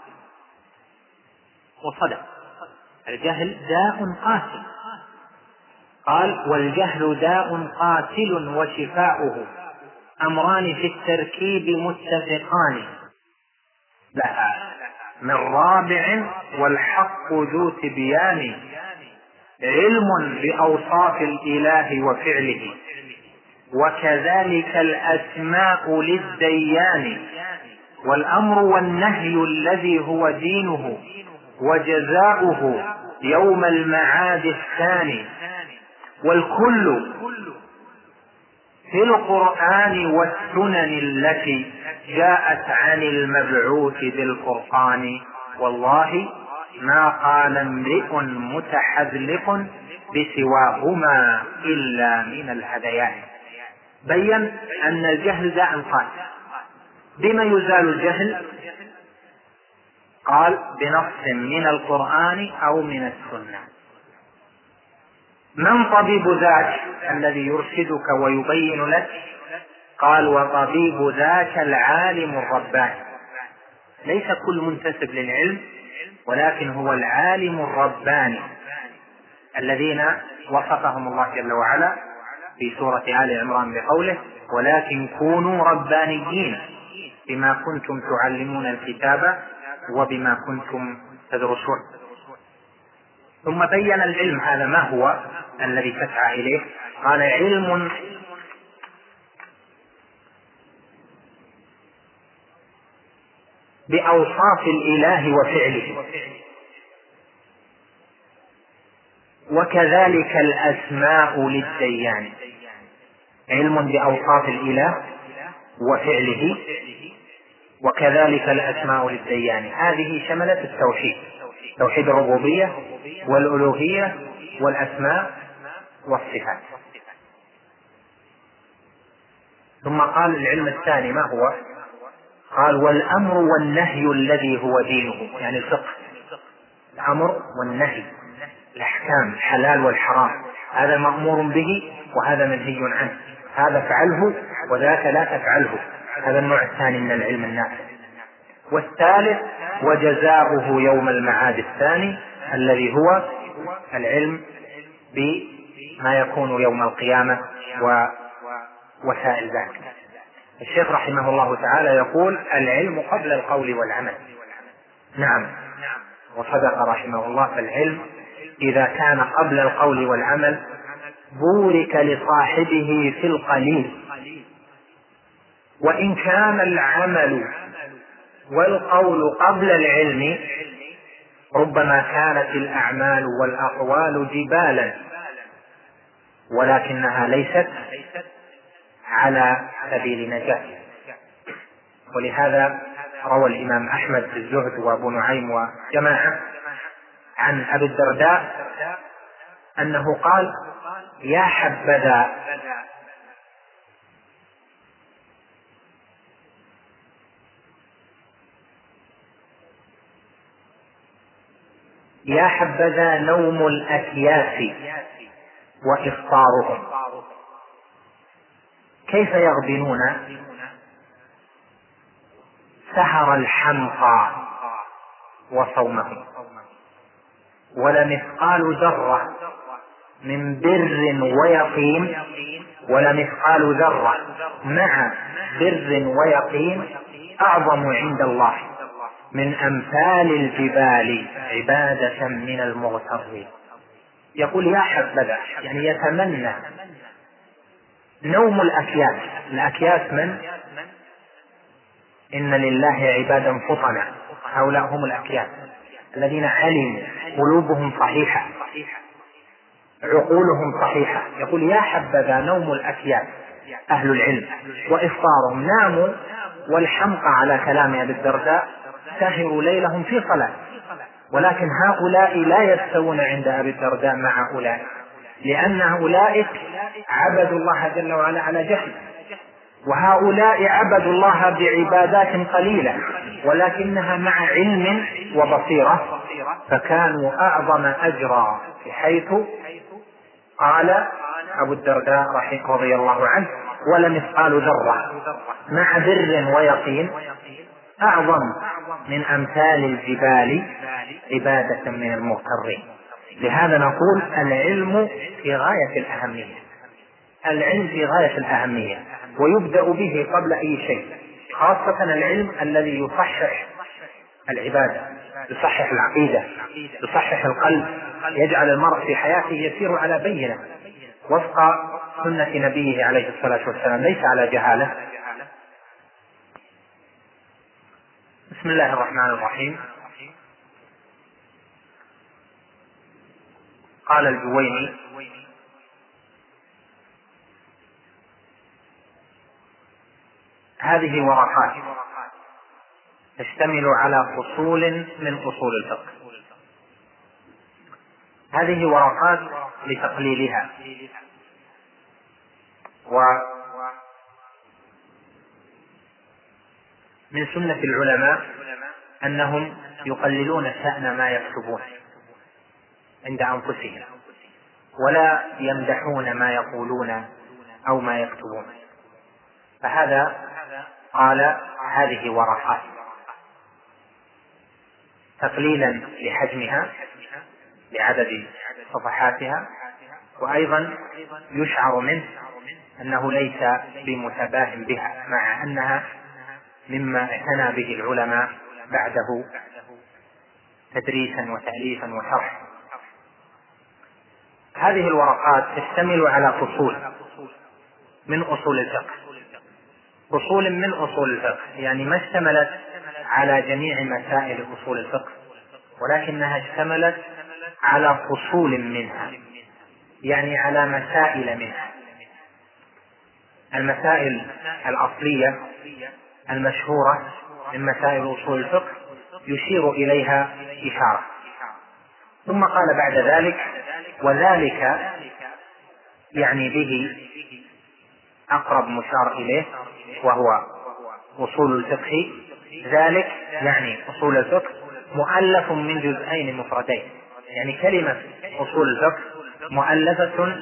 S3: وصدق، الجهل داء قاتل. قال: والجهل داء قاتل وشفاؤه أمران في التركيب متفقان، لها من رابع والحق ذو تبيان، علم بأوصاف الإله وفعله، وكذلك الأسماء للديان، والأمر والنهي الذي هو دينه، وجزاؤه يوم المعاد الثاني، والكل في القرآن والسنن التي جاءت عن المبعوث بالفرقان، والله ما قال امرئ متحذلق بسواهما إلا من الهذيان. بين أن الجهل داء قاتل. بما يزال الجهل؟ قال بنص من القرآن أو من السنة. من طبيب ذاك الذي يرشدك ويبين لك؟ قال وطبيب ذاك العالم الرباني. ليس كل منتسب للعلم، ولكن هو العالم الرباني الذين وصفهم الله جل وعلا في سورة آل عمران بقوله ولكن كونوا ربانيين بما كنتم تعلمون الكتاب وبما كنتم تدرسون. ثم بين العلم هذا ما هو الذي تسعى إليه. قال علم بأوصاف الإله وفعله، وكذلك الأسماء للديان. علم بأوصاف الإله وفعله وكذلك الأسماء للديان. هذه شملت التوحيد، توحيد الربوبية والألوهية والأسماء والصفات. ثم قال العلم الثاني ما هو؟ قال والأمر والنهي الذي هو دينه، يعني الفقه، الأمر والنهي، الأحكام، الحلال والحرام، هذا مأمور به وهذا منهي عنه، هذا فعله وذاك لا تفعله، هذا النوع الثاني من العلم النافع. والثالث وجزاؤه يوم المعاد الثاني الذي هو العلم بما يكون يوم القيامة ووسائل ذلك. الشيخ رحمه الله تعالى يقول العلم قبل القول والعمل. نعم، وصدق رحمه الله. فالعلم إذا كان قبل القول والعمل بورك لصاحبه في القليل، وإن كان العمل والقول قبل العلم ربما كانت الأعمال والأقوال جبالا، ولكنها ليست على سبيل نجاة. ولهذا روى الإمام أحمد في الزهد وأبو نعيم وجماعة عن أبي الدرداء أنه قال يا حبذا يا حبذا نوم الأكياس وإفطارهم، كيف يغبنون سهر الحمقى وصومهم، ولمثقال ذرة من بر ويقين، ولمثقال ذرة مع بر ويقين أعظم عند الله من أمثال الجبال عبادة من المغترين. يقول يا حبذا، يعني يتمنى نوم الأكياس. الأكياس من؟ إن لله عبادا فطنا، هؤلاء هم الأكياس الذين علموا، قلوبهم صحيحة، عقولهم صحيحة. يقول يا حبذا نوم الأكياس أهل العلم وإفطارهم، ناموا والحمقى على كلام أبي الدرداء سهروا ليلهم في صلاة، ولكن هؤلاء لا يستوون عند أبي الدرداء مع أولئك، لأن أولئك عبدوا الله جل وعلا على جهل، وهؤلاء عبدوا الله بعبادات قليلة ولكنها مع علم وبصيرة، فكانوا أعظم أجرا، بحيث قال أبو الدرداء رضي الله عنه ولمثقال ذرة مع بر ويقين أعظم من أمثال الجبال عبادة من المغترين. لهذا نقول العلم في غاية الأهمية، العلم في غاية الأهمية، ويبدأ به قبل أي شيء، خاصة العلم الذي يصحح العبادة، يصحح العقيدة، يصحح القلب، يجعل المرء في حياته يسير على بينة وفق سنة نبيه عليه الصلاة والسلام، ليس على جهالة. بسم الله الرحمن الرحيم. قال الجويني: هذه ورقات تشتمل على فصول من أصول الفقه. هذه ورقات لتقليلها، ومن سنة العلماء أنهم يقللون شأن ما يكتبون عند أنفسهم، ولا يمدحون ما يقولون أو ما يكتبون. فهذا قال: هذه ورقات تقليلا لحجمها لعدد صفحاتها، وأيضا يشعر منه أنه ليس بمتباه بها، مع أنها مما اعتنى به العلماء بعده تدريسا وتأليفا وشرحا. هذه الورقات تشتمل على فصول من أصول الفقه، فصول من أصول الفقه، يعني ما اشتملت على جميع مسائل أصول الفقه، ولكنها اشتملت على فصول منها، يعني على مسائل منها. المسائل الأصلية المشهورة من مسائل أصول الفقه يشير إليها إشارة، ثم قال بعد ذلك: وذلك يعني به أقرب مشار إليه وهو أصول الفقه. ذلك يعني أصول الفقه مؤلف من جزئين مفردين، يعني كلمة أصول الفقه مؤلفة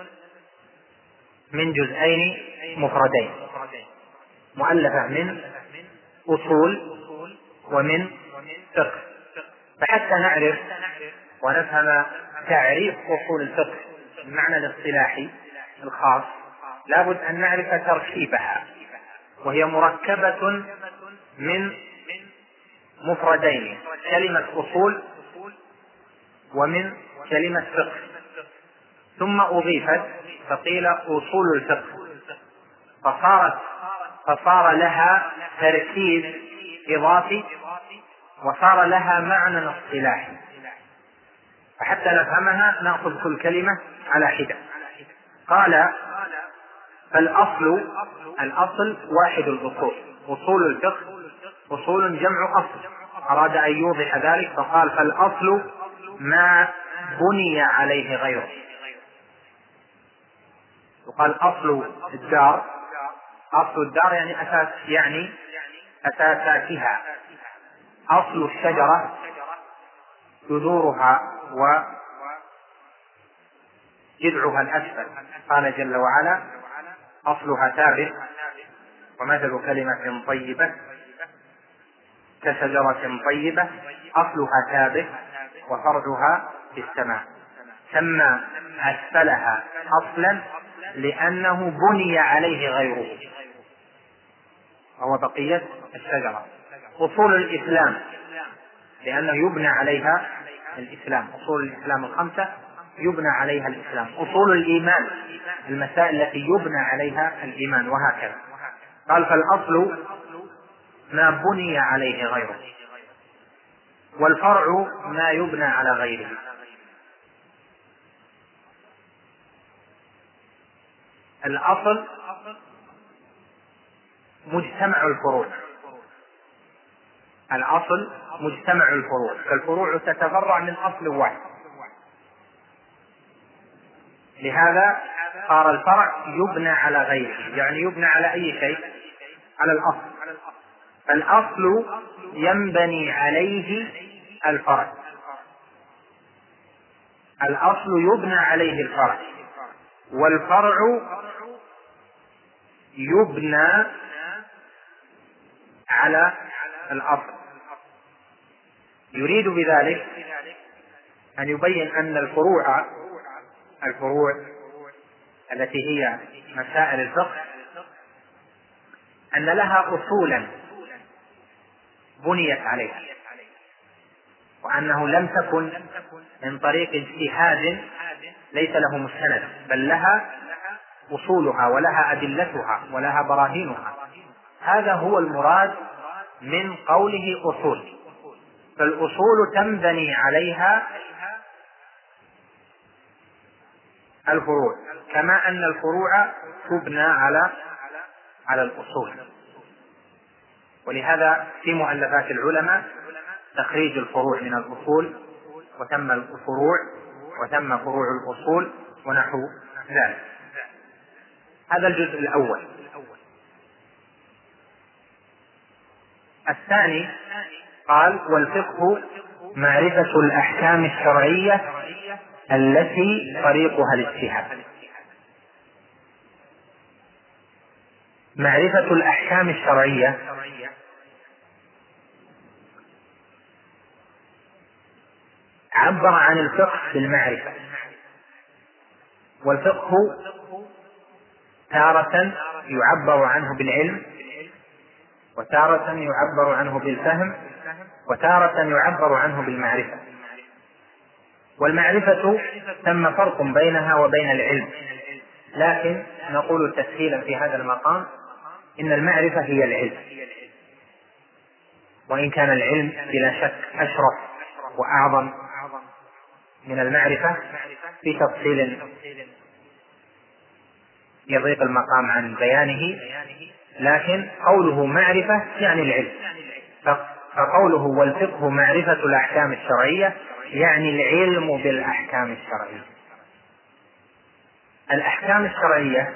S3: من جزئين مفردين، مؤلفة من أصول ومن فقه. فحتى نعرف ونفهم تعريف أصول الفقه المعنى الاصطلاحي الخاص لابد أن نعرف تركيبها، وهي مركبة من مفردين، كلمة أصول ومن كلمة فقه، ثم أضيفت فقيل أصول الفقه، فصارت فصار لها تركيب إضافي وصار لها معنى اصطلاحي. فحتى نفهمها نأخذ كل كلمة على حدة. قال: فالأصل الأصل واحد الأصول، أصول الفقه أصول جمع أصل، أراد أن يوضح ذلك فقال: فالأصل ما بني عليه غيره. وقال: أصل الدار، أصل الدار يعني أساس، يعني أساساتها. أصل الشجرة جذورها وجذعها الأسفل، قال جل وعلا: أصلها ثابت، ومثل كلمة طيبة كشجرة طيبة أصلها ثابت وفرعها في السماء. سمى أسفلها أصلا لأنه بني عليه غيره، وهو بقية الشجرة. أصول الإسلام لأنه يبنى عليها الإسلام، أصول الإسلام الخمسة يبنى عليها الإسلام. أصول الإيمان المسائل التي يبنى عليها الإيمان، وهكذا. قال: فالأصل ما بني عليه غيره، والفرع ما يبنى على غيره. الأصل مجتمع الفروع، الأصل مجتمع الفروع، فالفروع تتفرع من أصل واحد، لهذا صار الفرع يبنى على غيره، يعني يبنى على أي شيء؟ على الأصل. فالأصل ينبني عليه الفرع، الأصل يبنى عليه الفرع، والفرع يبنى على الأصل. يريد بذلك أن يبين أن الفروع الفروع التي هي مسائل الفقه أن لها أصولا بنيت عليها، وأنه لم تكن من طريق اجتهاد ليس له مستند، بل لها أصولها ولها أدلتها ولها براهينها. هذا هو المراد من قوله أصول. فالأصول تنبني عليها الفروع، كما أن الفروع تبنى على على الأصول. ولهذا في مؤلفات العلماء تخريج الفروع من الأصول، وتم الفروع وتم فروع الأصول ونحو ذلك. هذا الجزء الأول. الثاني قال: والفقه معرفة الأحكام الشرعية التي طريقها الاجتهاد. معرفة الأحكام الشرعية عبر عن الفقه بالمعرفة، والفقه تارة يعبر عنه بالعلم، وتارة يعبر عنه بالفهم، وتارة يعبر عنه بالمعرفة. والمعرفة ثم فرق بينها وبين العلم، لكن نقول تسهيلا في هذا المقام إن المعرفة هي العلم، وإن كان العلم بلا شك أشرف وأعظم من المعرفة في تفصيل يضيق المقام عن بيانه، لكن قوله معرفة يعني العلم. فقوله والفقه معرفة الأحكام الشرعية يعني العلم بالأحكام الشرعية. الأحكام الشرعية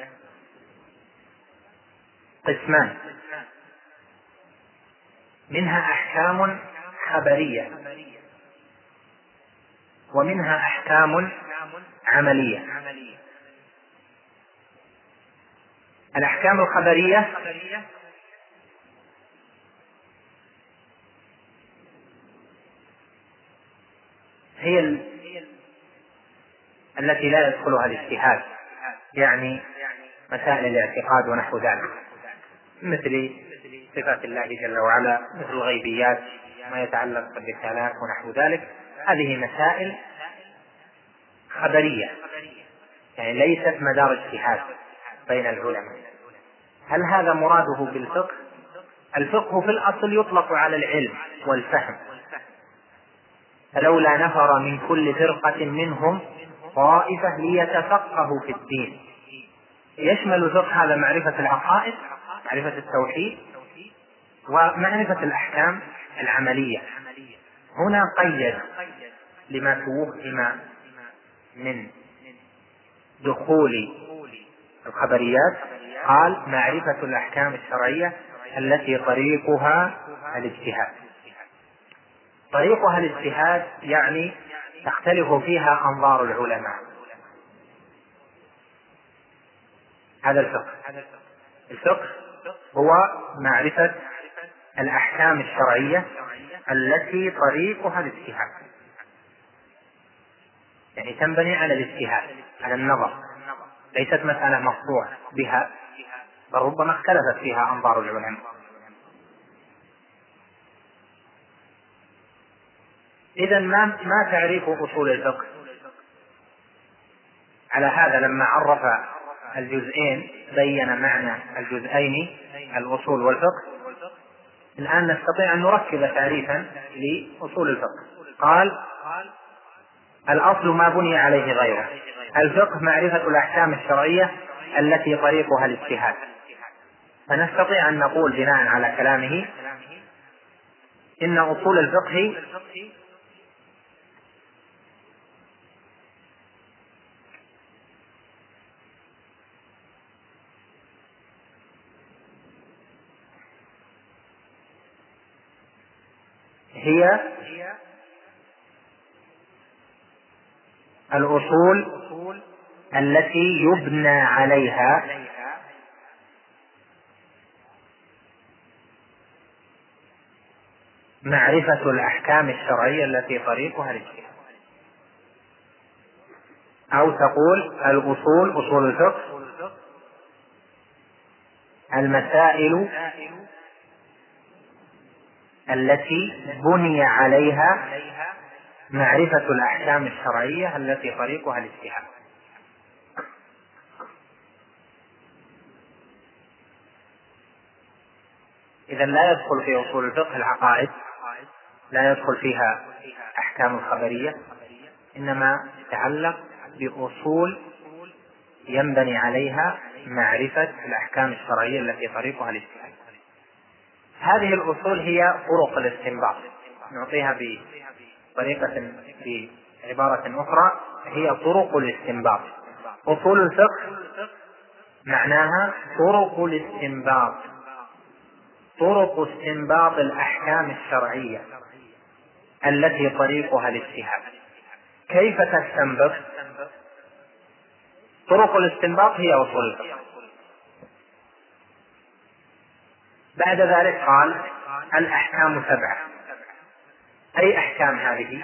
S3: قسمان: منها أحكام خبرية، ومنها أحكام عملية. الأحكام الخبرية هي التي لا يدخلها الاجتهاد، يعني مسائل الاعتقاد ونحو ذلك، مثل صفات الله جل وعلا، مثل الغيبيات، ما يتعلق بالرسالات ونحو ذلك. هذه مسائل خبرية، يعني ليست مدار اجتهاد بين العلماء. هل هذا مراده بالفقه؟ الفقه في الأصل يطلق على العلم والفهم، فلولا نفر من كل فرقة منهم طائفة ليتفقهوا في الدين. يشمل الفقه هذا معرفة العقائد، معرفة التوحيد، ومعرفة الأحكام العملية. هنا قيد لما توهم من دخول الخبريات، قال معرفة الأحكام الشرعية التي طريقها الاجتهاد. طريقها الاجتهاد يعني تختلف فيها أنظار العلماء. هذا الفقه. الفقه هو معرفة الأحكام الشرعية التي طريقها الاجتهاد، يعني تنبني على الاجتهاد، على النظر، ليست مسألة مقطوع بها، بل ربما اختلفت فيها أنظار العلماء. إذا ما ما تعريف أصول الفقه؟ على هذا لما عرف الجزئين بين معنى الجزئين الأصول والفقه. الآن نستطيع أن نركب تعريفا لأصول الفقه. قال: الأصل ما بني عليه غيره. الفقه معرفة الأحكام الشرعية التي طريقها الاجتهاد. فنستطيع أن نقول بناء على كلامه إن أصول الفقه هي الأصول التي يبنى عليها معرفة الأحكام الشرعية التي طريقها الاجتهاد، أو تقول الأصول أصول الفقه المسائل التي بني عليها معرفة الأحكام الشرعية التي طريقها الاجتهاد. إذا لا يدخل في أصول الفقه العقائد، لا يدخل فيها أحكام الخبرية، إنما يتعلق بأصول ينبني عليها معرفة الأحكام الشرعية التي طريقها الاجتهاد. هذه الأصول هي طرق الاستنباط، نعطيها بطريقة بعبارة أخرى هي طرق الاستنباط. أصول الفقه معناها طرق الاستنباط، طرق استنباط الأحكام الشرعية التي طريقها الاجتهاد. كيف تستنبط؟ طرق الاستنباط هي أصول الفقه. بعد ذلك قال الأحكام سبعة. أي أحكام هذه؟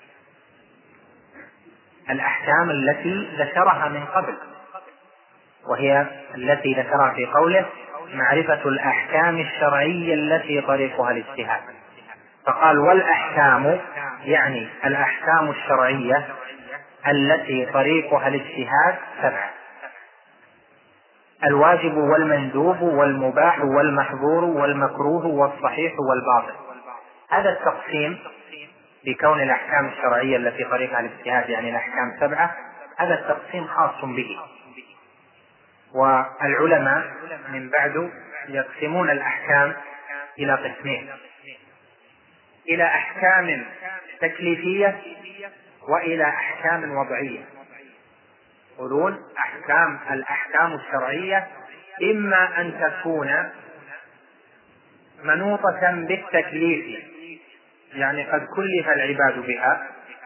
S3: الأحكام التي ذكرها من قبل، وهي التي ذكرها في قوله معرفة الأحكام الشرعية التي طريقها الاجتهاد. فقال والأحكام يعني الأحكام الشرعية التي طريقها الاجتهاد سبعة: الواجب والمندوب والمباح والمحظور والمكروه والصحيح والباطل. هذا التقسيم بكون الأحكام الشرعية التي طريقها الاجتهاد يعني الأحكام سبعة، هذا التقسيم خاص به. والعلماء من بعد يقسمون الأحكام إلى قسمين: إلى أحكام تكليفية وإلى أحكام وضعية. يقولون أحكام الأحكام الشرعية إما أن تكون منوطة بالتكليف، يعني قد كلف العباد بها،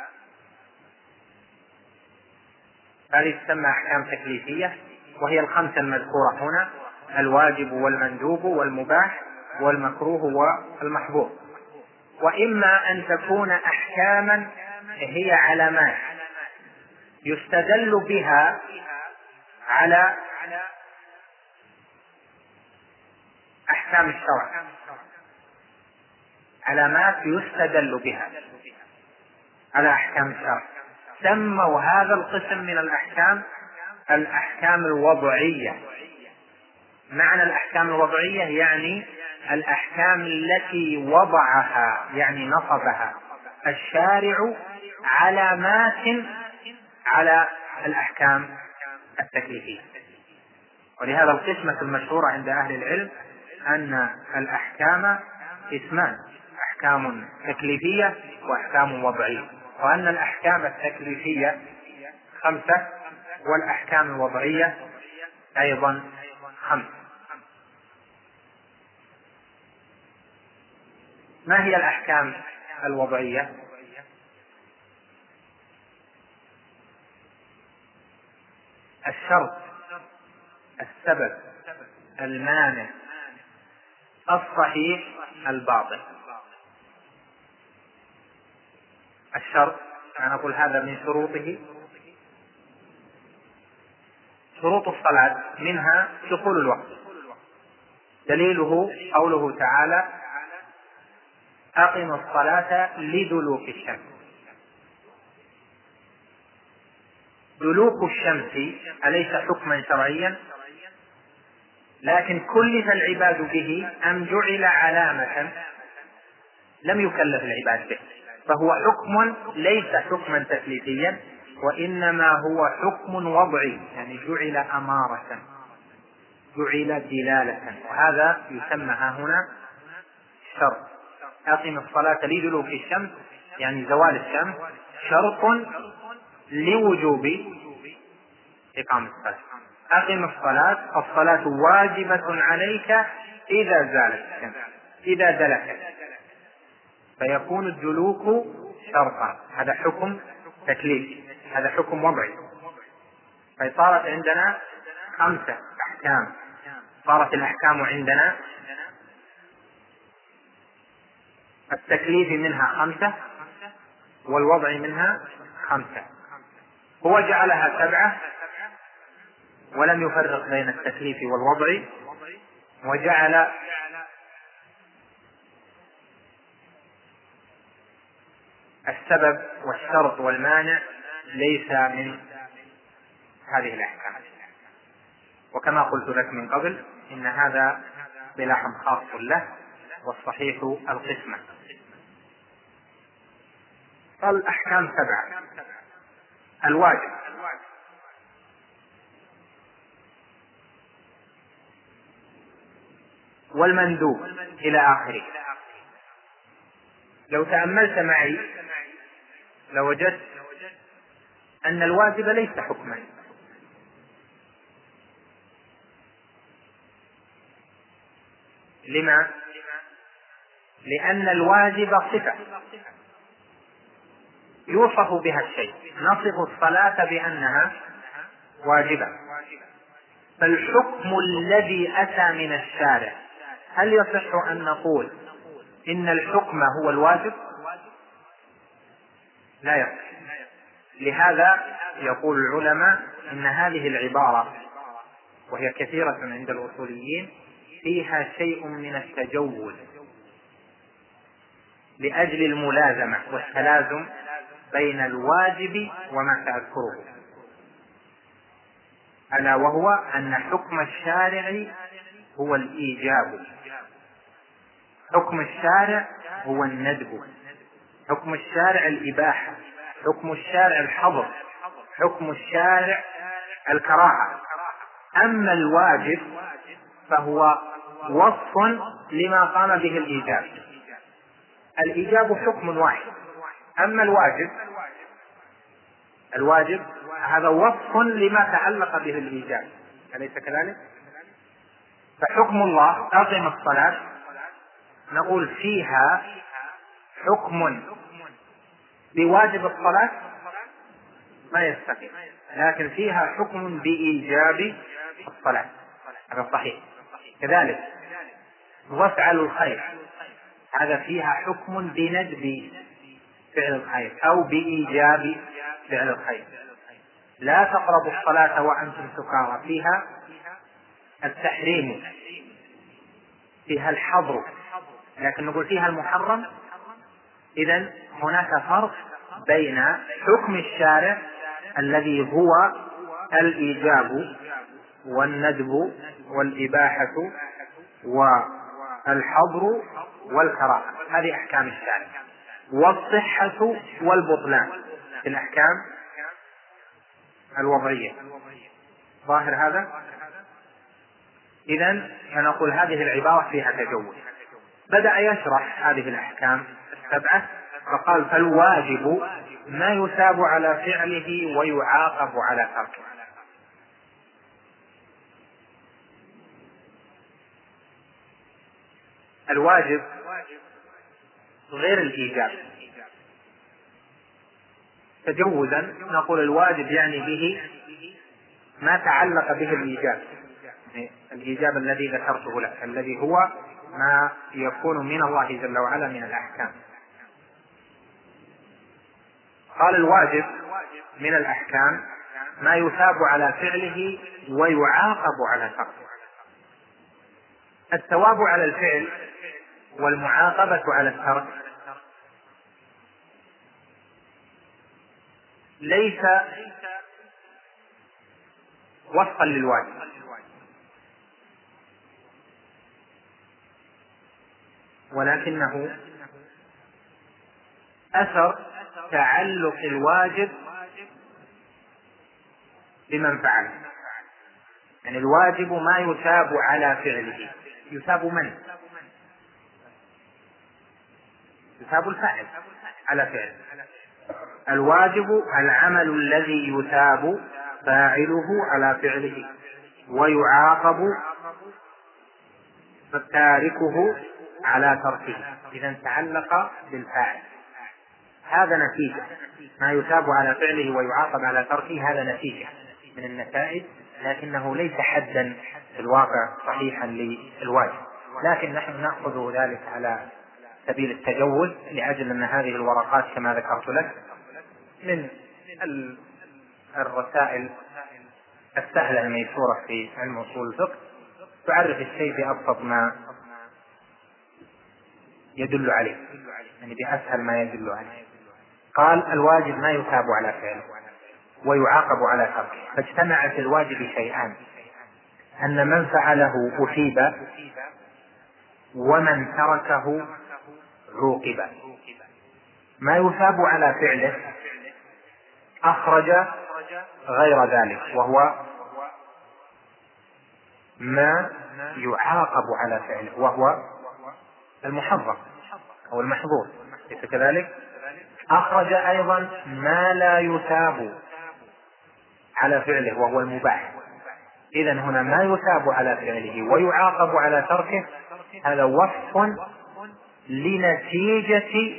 S3: هذه تسمى أحكام تكليفية، وهي الخمسة المذكورة هنا: الواجب والمندوب والمباح والمكروه والمحظور. وإما أن تكون أحكاما هي علامات يستدل بها على أحكام الشرع، علامات يستدل بها على أحكام الشرع. سموا هذا القسم من الأحكام الأحكام الوضعية. معنى الأحكام الوضعية يعني الأحكام التي وضعها يعني نصبها الشارع علامات على الأحكام التكليفية. ولهذا القسمة المشهورة عند أهل العلم أن الأحكام قسمان: أحكام تكليفية وأحكام وضعية، وأن الأحكام التكليفية خمسة والأحكام الوضعية أيضا خمسة. ما هي الأحكام الوضعية؟ الشرط، السبب، المانع، الصحيح، الباطل. الشرط أنا أقول هذا من شروطه. شروط الصلاة منها دخول الوقت، دليله قوله تعالى: أقم الصلاة لدلوك الشمس. دلوك الشمس أليس حكما شرعيا؟ لكن كلف العباد به أم جعل علامة لم يكلف العباد به، فهو حكم ليس حكما تكليفيا، وإنما هو حكم وضعي، يعني جعل أمارة، جعل دلالة، وهذا يسمى هنا شرط. أقم الصلاة لدلوك الشمس يعني زوال الشمس شرط لوجوب إقامة الصلاة. أقم الصلاة، الصلاة واجبة عليك إذا زالت الشمس، إذا دلكت، فيكون الدلوك شرطا. هذا حكم تكليفي، هذا حكم وضعي. فصارت عندنا خمسة أحكام. صارت الأحكام عندنا التكليف منها خمسة والوضع منها خمسة. هو جعلها سبعة ولم يفرق بين التكليف والوضع، وجعل السبب والشرط والمانع ليس من هذه الأحكام. وكما قلت لك من قبل إن هذا اصطلاح خاص له، والصحيح القسمة. فالأحكام سبعة: الواجب، والمندوب إلى آخره. لو تأملت معي لوجدت أن الواجب ليس حكما. لما؟ لأن الواجب صفة يوصف بها الشيء، نصف الصلاة بأنها واجبة. فالحكم الذي أتى من الشارع، هل يصح أن نقول إن الحكم هو الواجب؟ لا يصح. لهذا يقول العلماء إن هذه العبارة، وهي كثيرة عند الأصوليين، فيها شيء من التجوز لأجل الملازمة والتلازم بين الواجب وما سأذكره، ألا وهو أن حكم الشارع هو الإيجاب، حكم الشارع هو الندب، حكم الشارع الإباحة، حكم الشارع الحظر، حكم الشارع الكراهة. أما الواجب فهو وصف لما قام به الإيجاب. الإيجاب حكم واحد، أما الواجب الواجب هذا وصف لما تعلق به الإيجاب، أليس كذلك؟ فحكم الله أقم الصلاة، نقول فيها حكم بواجب الصلاة ما يستقيم، لكن فيها حكم بإيجاب الصلاة، هذا صحيح. كذلك وافعلوا الخير، هذا فيها حكم بندب فعل الخير أو بإيجاب فعل الخير. لا تقربوا الصلاة وأنتم سكارى، فيها التحريم، فيها الحظر، لكن نقول فيها المحرم. إذن هناك فرق بين حكم الشارع الذي هو الإيجاب والندب والإباحة والحظر والكراهة، هذه أحكام الشارع، والصحة والبطلان في الأحكام الوضعية. ظاهر هذا؟ إذن فنقول هذه العبارة فيها تجوز. بدأ يشرح هذه الأحكام السبعة فقال: فالواجب ما يثاب على فعله ويعاقب على تركه. الواجب غير الإيجاب. تجوزا نقول الواجب يعني به ما تعلق به الإيجاب، الإيجاب الذي ذكرته لك، الذي هو ما يكون من الله جل وعلا من الأحكام. قال: الواجب من الأحكام ما يثاب على فعله ويعاقب على تركه. الثواب على الفعل والمعاقبة على الترك ليس وفقا للواجب، ولكنه أثر تعلق الواجب بمن فعله. يعني الواجب ما يثاب على فعله، يثاب من؟ يثاب الفاعل على فعله. الواجب العمل الذي يثاب فاعله على فعله ويعاقب تاركه على تركه، إذا تعلق بالفاعل. هذا نتيجة ما يثاب على فعله ويعاقب على تركه، هذا نتيجة من النتائج، لكنه ليس حدا في الواقع صحيحا للواجب. لكن نحن نأخذ ذلك على سبيل التجوز، لأجل أن هذه الورقات كما ذكرت لك من الرسائل السهلة الميسورة في علم أصول الفقه، تعرف الشيء بأبسط ما يدل عليه، يعني بأسهل ما يدل عليه. قال الواجب ما يثاب على فعله ويعاقب على تركه، فاجتمع في الواجب شيئان: أن من فعله أثيب ومن تركه عوقب. ما يثاب على فعله أخرج غير ذلك، وهو ما يعاقب على فعله وهو المحرم أو المحظور، ليس كذلك؟ أخرج أيضا ما لا يثاب على فعله وهو المباح. إذن هنا ما يثاب على فعله ويعاقب على تركه، هذا وصف لنتيجة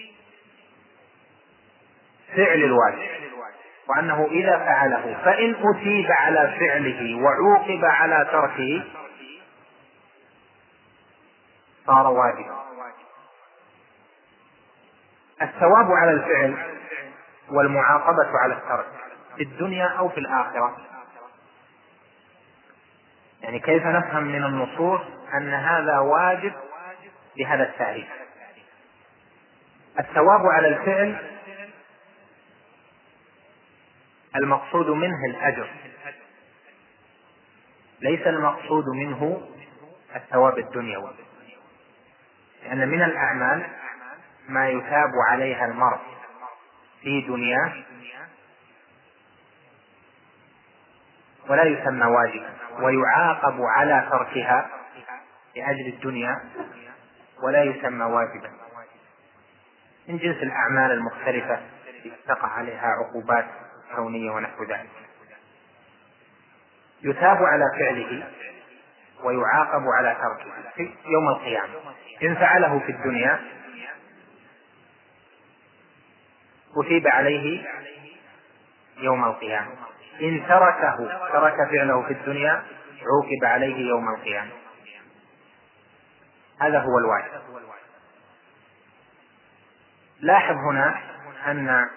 S3: فعل الواجب، وأنه إذا فعله فإن أثيب على فعله وعوقب على تركه صار واجبا. الثواب على الفعل والمعاقبة على الترك في الدنيا أو في الآخرة، يعني كيف نفهم من النصوص أن هذا واجب بهذا التعريف؟ الثواب على الفعل المقصود منه الأجر، ليس المقصود منه الثواب الدنيوي، لأن من الأعمال ما يثاب عليها المرء في دنياه ولا يسمى واجبا، ويعاقب على تركها لأجل الدنيا ولا يسمى واجبا، من جنس الأعمال المختلفة التي تقع عليها عقوبات كونية ونحو ذلك. يثاب على فعله ويعاقب على تركه في يوم القيامة. إن فعله في الدنيا أثيب عليه يوم القيامة، إن تركه ترك فعله في الدنيا عوقب عليه يوم القيامة. هذا هو الواجب. لاحظ هنا أن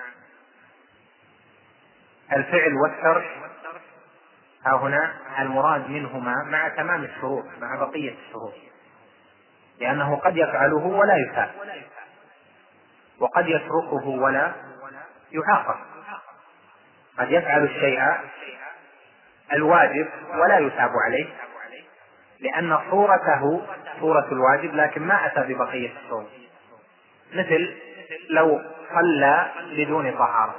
S3: الفعل والترك ها هنا المراد منهما مع تمام الشروط، مع بقية الشروط، لأنه قد يفعله ولا يثاب، وقد يتركه ولا يعاقب، قد يفعل الشيء الواجب ولا يثاب عليه لأن صورته صورة الواجب لكن ما أتى ببقية الشروط، مثل لو صلى بدون طهارة،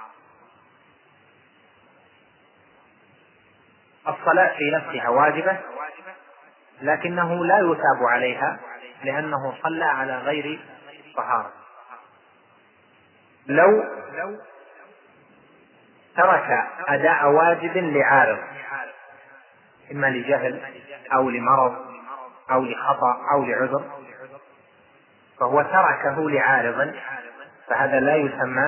S3: الصلاة في نفسها واجبة لكنه لا يثاب عليها لأنه صلى على غير طهارة. لو ترك أداء واجب لعارض، إما لجهل أو لمرض أو لخطأ أو لعذر، فهو تركه لعارض، فهذا لا يسمى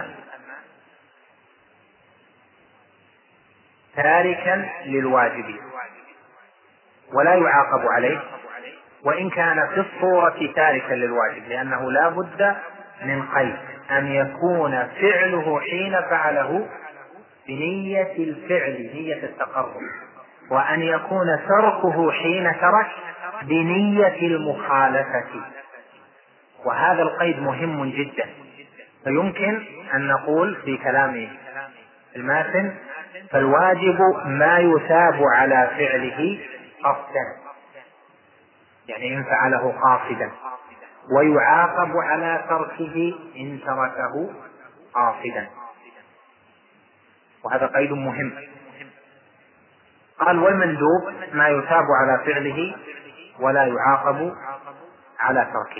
S3: تاركا للواجب ولا يعاقب عليه، وإن كان في الصورة تاركا للواجب، لأنه لا بد من قيد أن يكون فعله حين فعله بنية الفعل، نية التقرب، وأن يكون تركه حين ترك بنية المخالفة، وهذا القيد مهم جدا. فيمكن أن نقول في كلام الماتن: فالواجب ما يثاب على فعله قصدا، يعني إن فعله قاصدا، ويعاقب على تركه إن تركه قاصدا، وهذا قيد مهم. قال: والمندوب ما يثاب على فعله ولا يعاقب على تركه.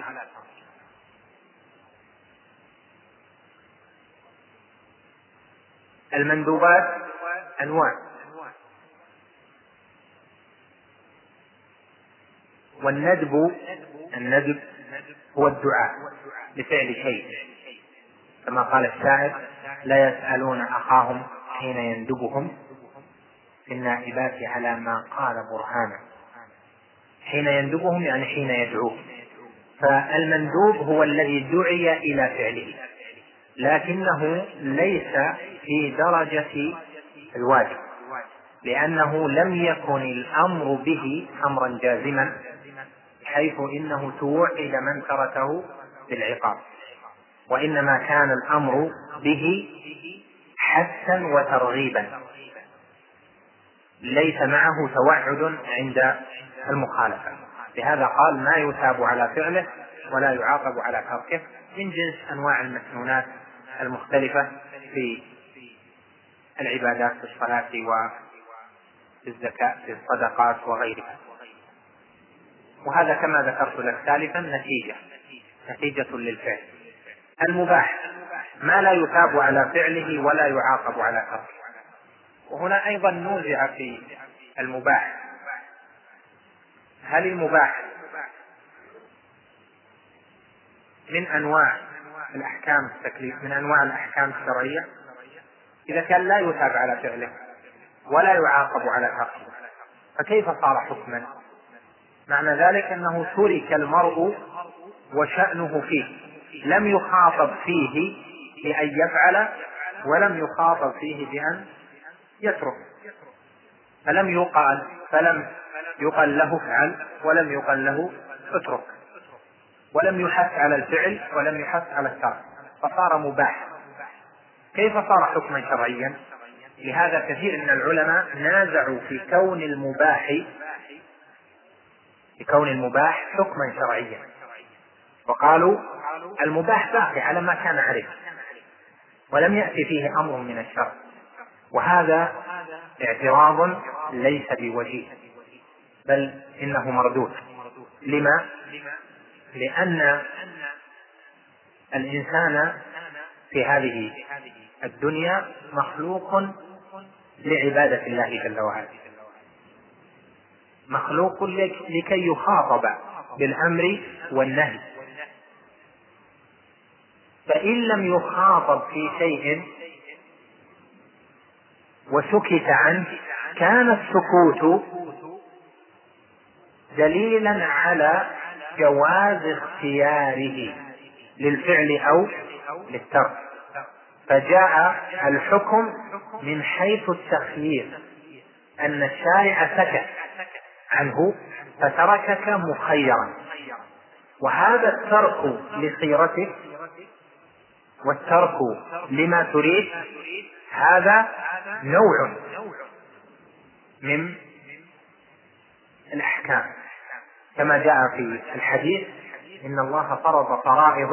S3: المندوبات أنواع، والندب الندب هو الدعاء لفعل شيء، كما قال الشاعر: لا يسألون أخاهم حين يندبهم في النائبات على ما قال برهانا. حين يندبهم يعني حين يدعوه. فالمندوب هو الذي دعي إلى فعله لكنه ليس في درجة الواجب، لأنه لم يكن الأمر به أمرا جازما، حيث إنه توعد من تركه بالعقاب، وإنما كان الأمر به حثا وترغيبا، ليس معه توعد عند المخالفة. لهذا قال ما يثاب على فعله ولا يعاقب على تركه، من جنس أنواع المسنونات المختلفة في العبادات في الصلاة وفي الزكاة في الصدقات وغيرها. وهذا كما ذكرت لك سالفا نتيجة نتيجة للفعل. المباح ما لا يثاب على فعله ولا يعاقب على تركه. وهنا أيضا نوزع في المباح، هل المباح من أنواع الأحكام التكليف من أنواع الأحكام الشرعية؟ إذا كان لا يثاب على فعله ولا يعاقب على تركه فكيف صار حكما؟ معنى ذلك أنه ترك المرء وشأنه فيه، لم يخاطب فيه بأن يفعل ولم يخاطب فيه بأن يترك، فلم يقال فلم يقال له افعل ولم يقال له اترك، ولم يحث على الفعل ولم يحث على الترك، فصار مباح. كيف صار حكما شرعيا؟ لهذا كثير من العلماء نازعوا في كون المباح في كون المباح حكما شرعيا، وقالوا المباح باقي على ما كان عليه ولم يأتي فيه أمر من الشرع، وهذا اعتراض ليس بوجيه بل إنه مردود. لما؟ لأن الإنسان في هذه الدنيا مخلوق لعبادة الله جل وعلا، مخلوق لكي يخاطب بالأمر والنهي، فإن لم يخاطب في شيء وسكت عنه كان السكوت دليلا على جواز اختياره للفعل أو للترك، فجاء الحكم من حيث التخيير، أن الشارع سكت عنه فتركك مخيرا، وهذا الترك لخيرتك والترك لما تريد هذا نوع من الأحكام، كما جاء في الحديث إن الله فرض فرائض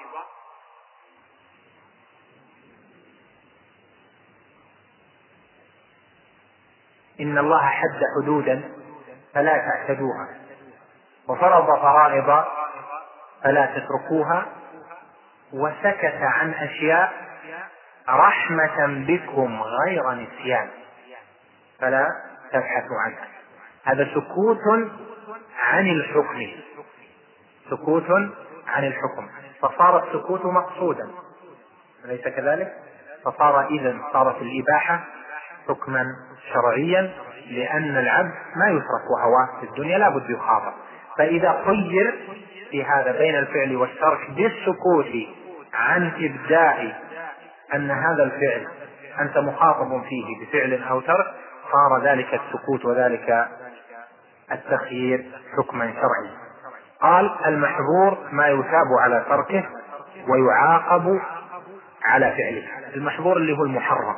S3: إن الله حد حدودا فلا تعتدوها، وفرض فرائض فلا تتركوها، وسكت عن أشياء رحمة بكم غير نسيان فلا تبحثوا عنها. هذا سكوت عن الحكم، سكوت عن الحكم، فصار السكوت مقصودا، أليس كذلك؟ فصار إذن صارت الإباحة حكما شرعيا، لأن العبد ما يترك وهواه في الدنيا لا بد يخاطب، فإذا خير في هذا بين الفعل والترك بالسكوت عن إبداء أن هذا الفعل أنت مخاطب فيه بفعل أو ترك، صار ذلك السكوت وذلك التخيير حكما شرعي. قال المحظور ما يثاب على تركه ويعاقب على فعله. المحظور اللي هو المحرم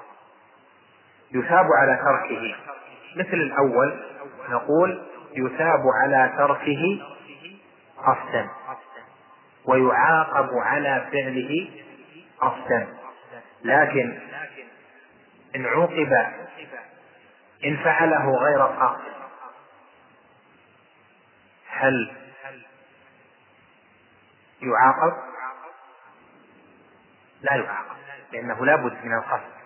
S3: يثاب على تركه، مثل الأول نقول يثاب على تركه قصدا ويعاقب على فعله قصدا، لكن إن عوقب إن فعله غير قاصد هل يعاقب؟ لا يعاقب، لأنه لا بد من القصد.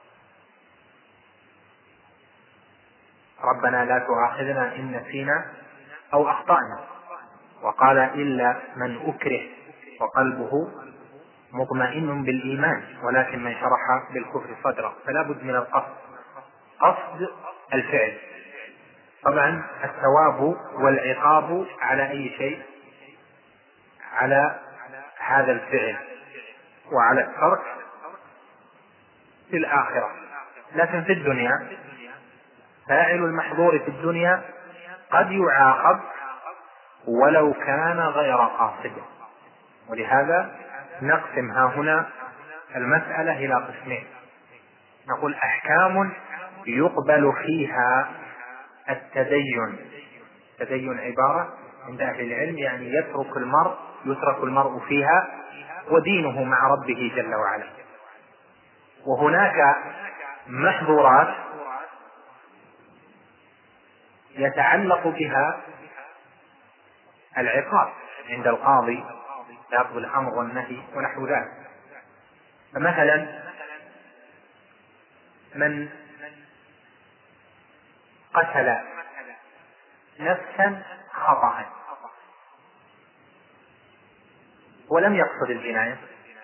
S3: ربنا لا تؤاخذنا إن نسينا أو أخطأنا، وقال إلا من أكره وقلبه مطمئن بالإيمان ولكن من شرح بالكفر صدره، فلا بد من القصد، قصد الفعل. طبعا الثواب والعقاب على أي شيء؟ على هذا الفعل وعلى الترك في الآخرة، لكن في الدنيا فاعل المحظور في الدنيا قد يعاقب ولو كان غير قاصد، ولهذا نقسم ها هنا المسألة إلى قسمين. نقول أحكام يقبل فيها التدين. التدين عبارة عند أهل العلم يعني يترك المرء يترك المرء فيها ودينه مع ربه جل وعلا. وهناك محظورات يتعلق بها العقاب عند القاضي، يأخذ الأمر والنهي ونحو ذلك. فمثلا من قتل نفسا خطأ ولم يقصد الجناية،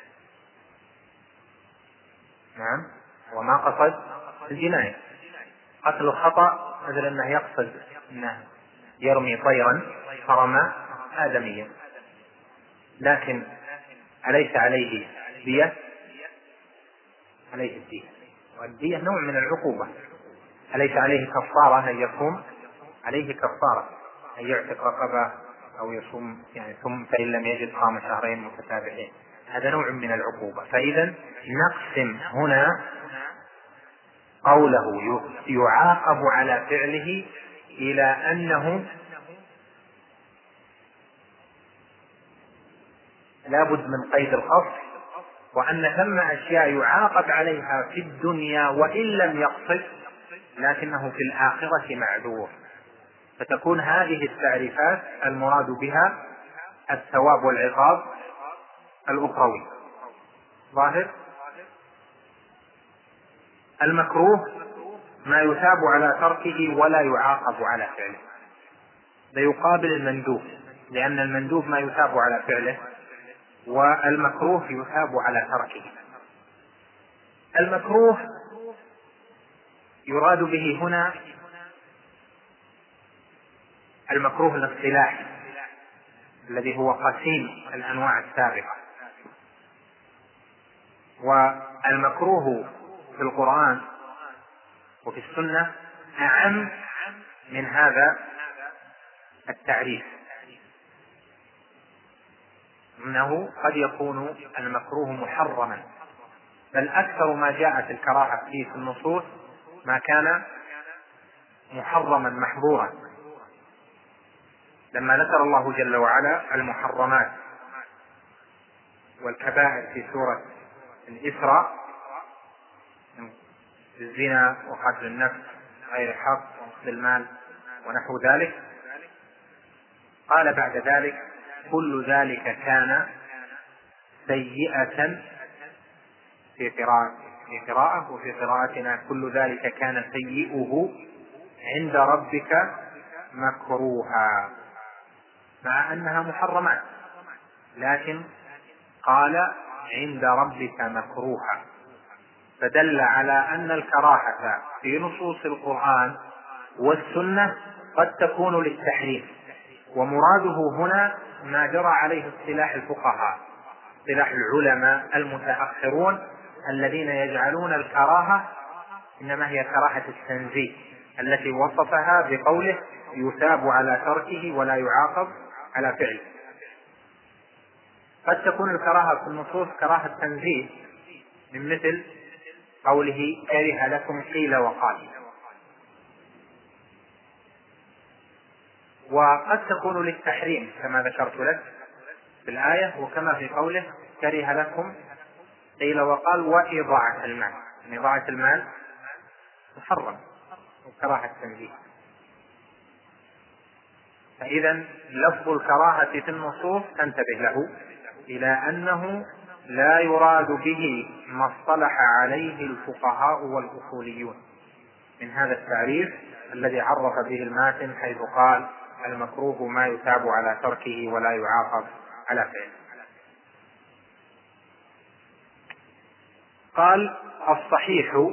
S3: نعم وما قصد الجناية، قتل الخطأ مثل أنه يقصد أنه يرمي طيرا فرمى آدميا، لكن أليس عليه دية؟ عليه الدية، والدية نوع من العقوبة. أليس عليه كفارة أن يصوم؟ عليه كفارة أن يعتق رقبة أو يصوم يعني ثم فإن لم يجد صام شهرين متتابعين، هذا نوع من العقوبة. فإذا نقسم هنا قوله يعاقب على فعله إلى أنه لا بد من قيد القصد، وأن ثم أشياء يعاقب عليها في الدنيا وإن لم يقصد لكنه في الآخرة معذور. فتكون هذه التعريفات المراد بها الثواب والعقاب الأخروي. ظاهر؟ المكروه ما يثاب على تركه ولا يعاقب على فعله، ليقابل المندوب، لأن المندوب ما يثاب على فعله والمكروه يثاب على تركه. المكروه يراد به هنا المكروه الاصطلاحي الذي هو قسيم الأنواع السابقة. والمكروه في القرآن وفي السنة أعم من هذا التعريف، إنه قد يكون المكروه محرما، بل أكثر ما جاءت الكراهة فيه في النصوص ما كان محرما محظورا. لما ذكر الله جل وعلا المحرمات والكبائر في سورة الإسراء، الزنا وقتل النفس غير الحق وأخذ المال ونحو ذلك، قال بعد ذلك كل ذلك كان سيئة في قراءة في قراءة وفي قراءتنا كل ذلك كان سيئه عند ربك مكروها، مع أنها محرمات لكن قال عند ربك مكروها، فدل على أن الكراهة في نصوص القرآن والسنة قد تكون للتحريم، ومراده هنا ما جرى عليه اصطلاح الفقهاء، اصطلاح العلماء المتأخرون الذين يجعلون الكراهة إنما هي كراهة التنزيه التي وصفها بقوله يثاب على تركه ولا يعاقب على فعله. قد تكون الكراهة في النصوص كراهة تنزيه من مثل قوله كره لكم قيل وقال، وقد تكون للتحريم كما ذكرت لك في الآية، وكما في قوله كره لكم قيل وقال وإضاعة المال، يعني إضاعة المال محرم وكراهة تنزيه. فإذا لفظ الكراهة في النصوص تنتبه له إلى أنه لا يراد به ما اصطلح عليه الفقهاء والأصوليون من هذا التعريف الذي عرف به الماتن حيث قال المكروه ما يثاب على تركه ولا يعاقب على فعله. قال الصحيح،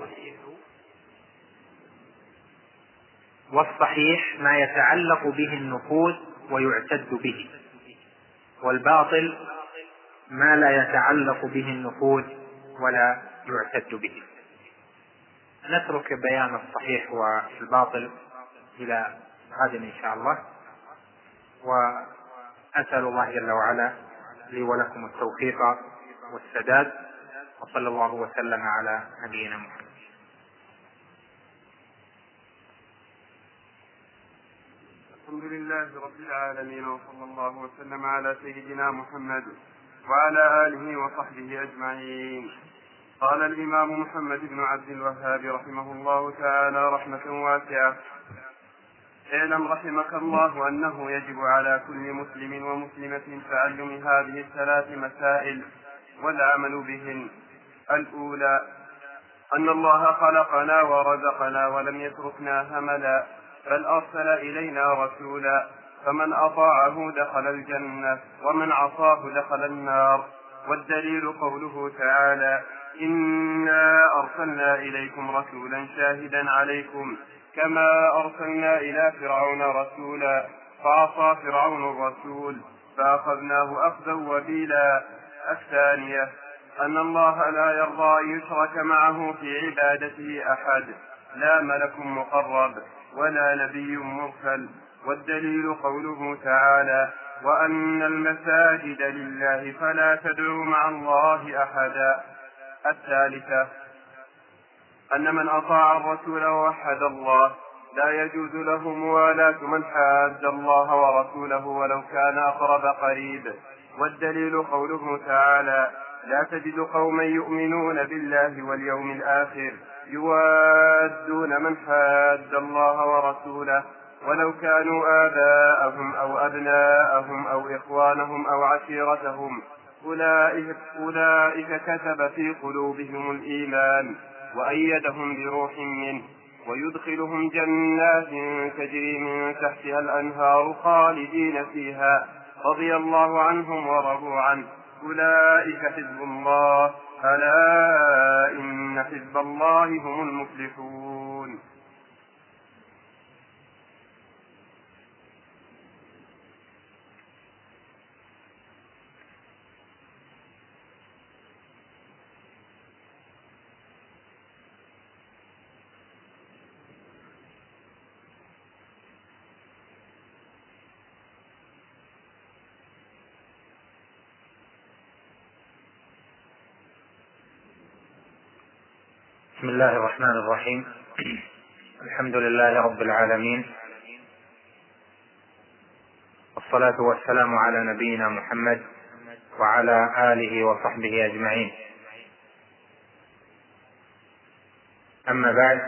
S3: والصحيح ما يتعلق به النفوذ ويعتد به، والباطل ما لا يتعلق به النفوذ ولا يعتد به. نترك بيان الصحيح والباطل إلى غد إن شاء الله، وأسأل الله جل وعلا لي ولكم التوفيق والسداد، وصلى الله وسلم على نبينا محمد.
S4: الحمد لله رب العالمين، وصلى الله وسلم على سيدنا محمد وعلى آله وصحبه أجمعين. قال الإمام محمد بن عبد الوهاب رحمه الله تعالى رحمة واسعة: اعلم رحمك الله أنه يجب على كل مسلم ومسلمة تعلم هذه الثلاث مسائل والعمل بهن. الأولى: أن الله خلقنا ورزقنا ولم يتركنا هملا، بل أرسل إلينا رسولا، فمن أطاعه دخل الجنة ومن عصاه دخل النار. والدليل قوله تعالى: إنا أرسلنا إليكم رسولا شاهدا عليكم كما أرسلنا إلى فرعون رسولا فعصى فرعون الرسول فأخذناه أخذا وبيلا. الثانية: أن الله لا يرضى أن يشرك معه في عبادته أحد، لا ملك مقرب ولا نبي مرسل. والدليل قوله تعالى: وأن المساجد لله فلا تدعوا مع الله أحدا. الثالثة: أن من أطاع الرسول ووحد الله لا يجوز له موالاة من حاد الله ورسوله ولو كان أقرب قريب. والدليل قوله تعالى: لا تجد قوما يؤمنون بالله واليوم الآخر يوادون من حاد الله ورسوله ولو كانوا آباءهم أو أبناءهم أو إخوانهم أو عشيرتهم، أولئك, أولئك كتب في قلوبهم الإيمان وأيدهم بروح منه ويدخلهم جنات تجري من تحتها الأنهار خالدين فيها رضي الله عنهم ورضوا عنه، أولئك حزب الله، ألا إن حزب الله هم المفلحون.
S3: بسم الله الرحمن الرحيم. الحمد لله رب العالمين، والصلاة والسلام على نبينا محمد وعلى آله وصحبه أجمعين. أما بعد،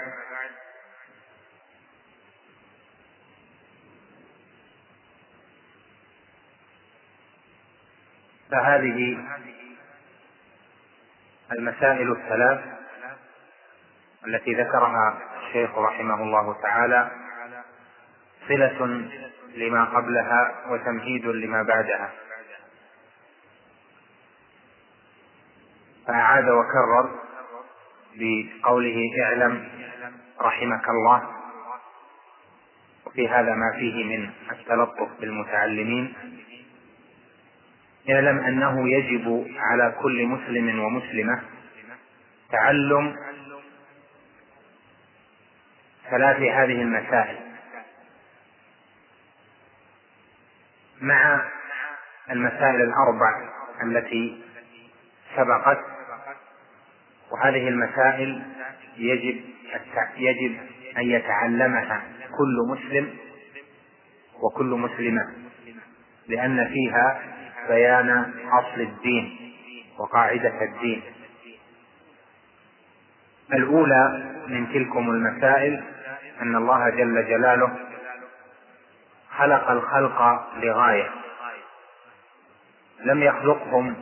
S3: فهذه المسائل الثلاث التي ذكرها الشيخ رحمه الله تعالى صلة لما قبلها وتمهيد لما بعدها، فأعاد وكرر بقوله: اعلم رحمك الله. وفي هذا ما فيه من التلطف بالمتعلمين. اعلم أنه يجب على كل مسلم ومسلمة تعلم ثلاث هذه المسائل مع المسائل الأربع التي سبقت. وهذه المسائل يجب يجب أن يتعلمها كل مسلم وكل مسلمة، لأن فيها بيان أصل الدين وقاعدة الدين. الأولى من تلكم المسائل أن الله جل جلاله خلق الخلق لغاية، لم يخلقهم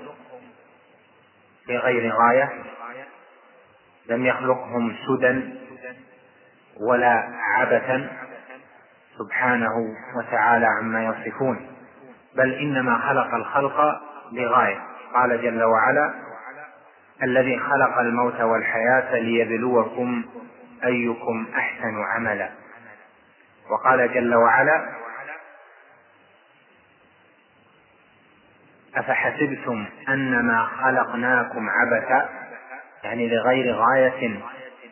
S3: لغير غاية، لم يخلقهم سدى ولا عبثا سبحانه وتعالى عما يصفون، بل إنما خلق الخلق لغاية. قال جل وعلا: الذي خلق الموت والحياة ليبلوكم أيكم أحسن عملا. وقال جل وعلا: أفحسبتم أنما خلقناكم عبثا، يعني لغير غاية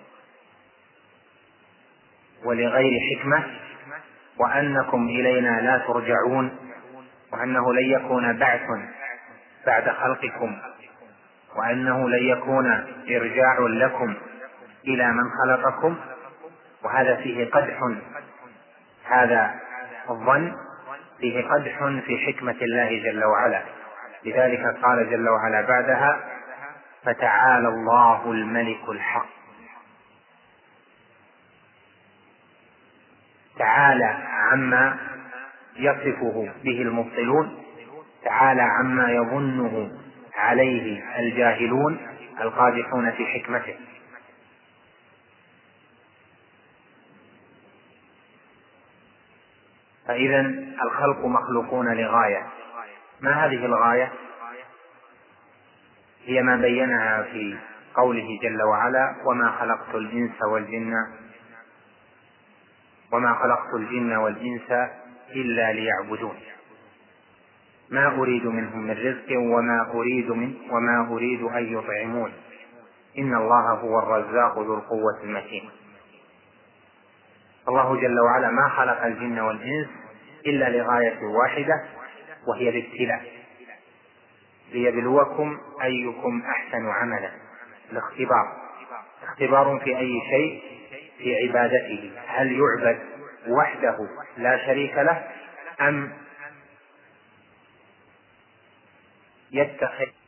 S3: ولغير حكمة، وأنكم إلينا لا ترجعون، وأنه لن يكون بعث بعد خلقكم وأنه لن يكون إرجاع لكم إلى من خلقكم، وهذا فيه قدح، هذا الظن فيه قدح في حكمة الله جل وعلا. لذلك قال جل وعلا بعدها: فتعالى الله الملك الحق. تعالى عما يصفه به المبطلون، تعالى عما يظنه عليه الجاهلون القادحون في حكمته. فإذا الخلق مخلوقون لغاية. ما هذه الغاية؟ هي ما بينها في قوله جل وعلا: وما خلقت الإنس والجن وما خلقت الجن والإنس إلا ليعبدون ما أريد منهم من رزق وما أريد من وما أريد أن يطعمون إن الله هو الرزاق ذو القوة المتين. الله جل وعلا ما خلق الجن والإنس إلا لغاية واحدة، وهي الابتلاء، ليبلوكم أيكم أحسن عملا. الاختبار، اختبار في أي شيء؟ في عبادته، هل يعبد وحده لا شريك له أم يتخذ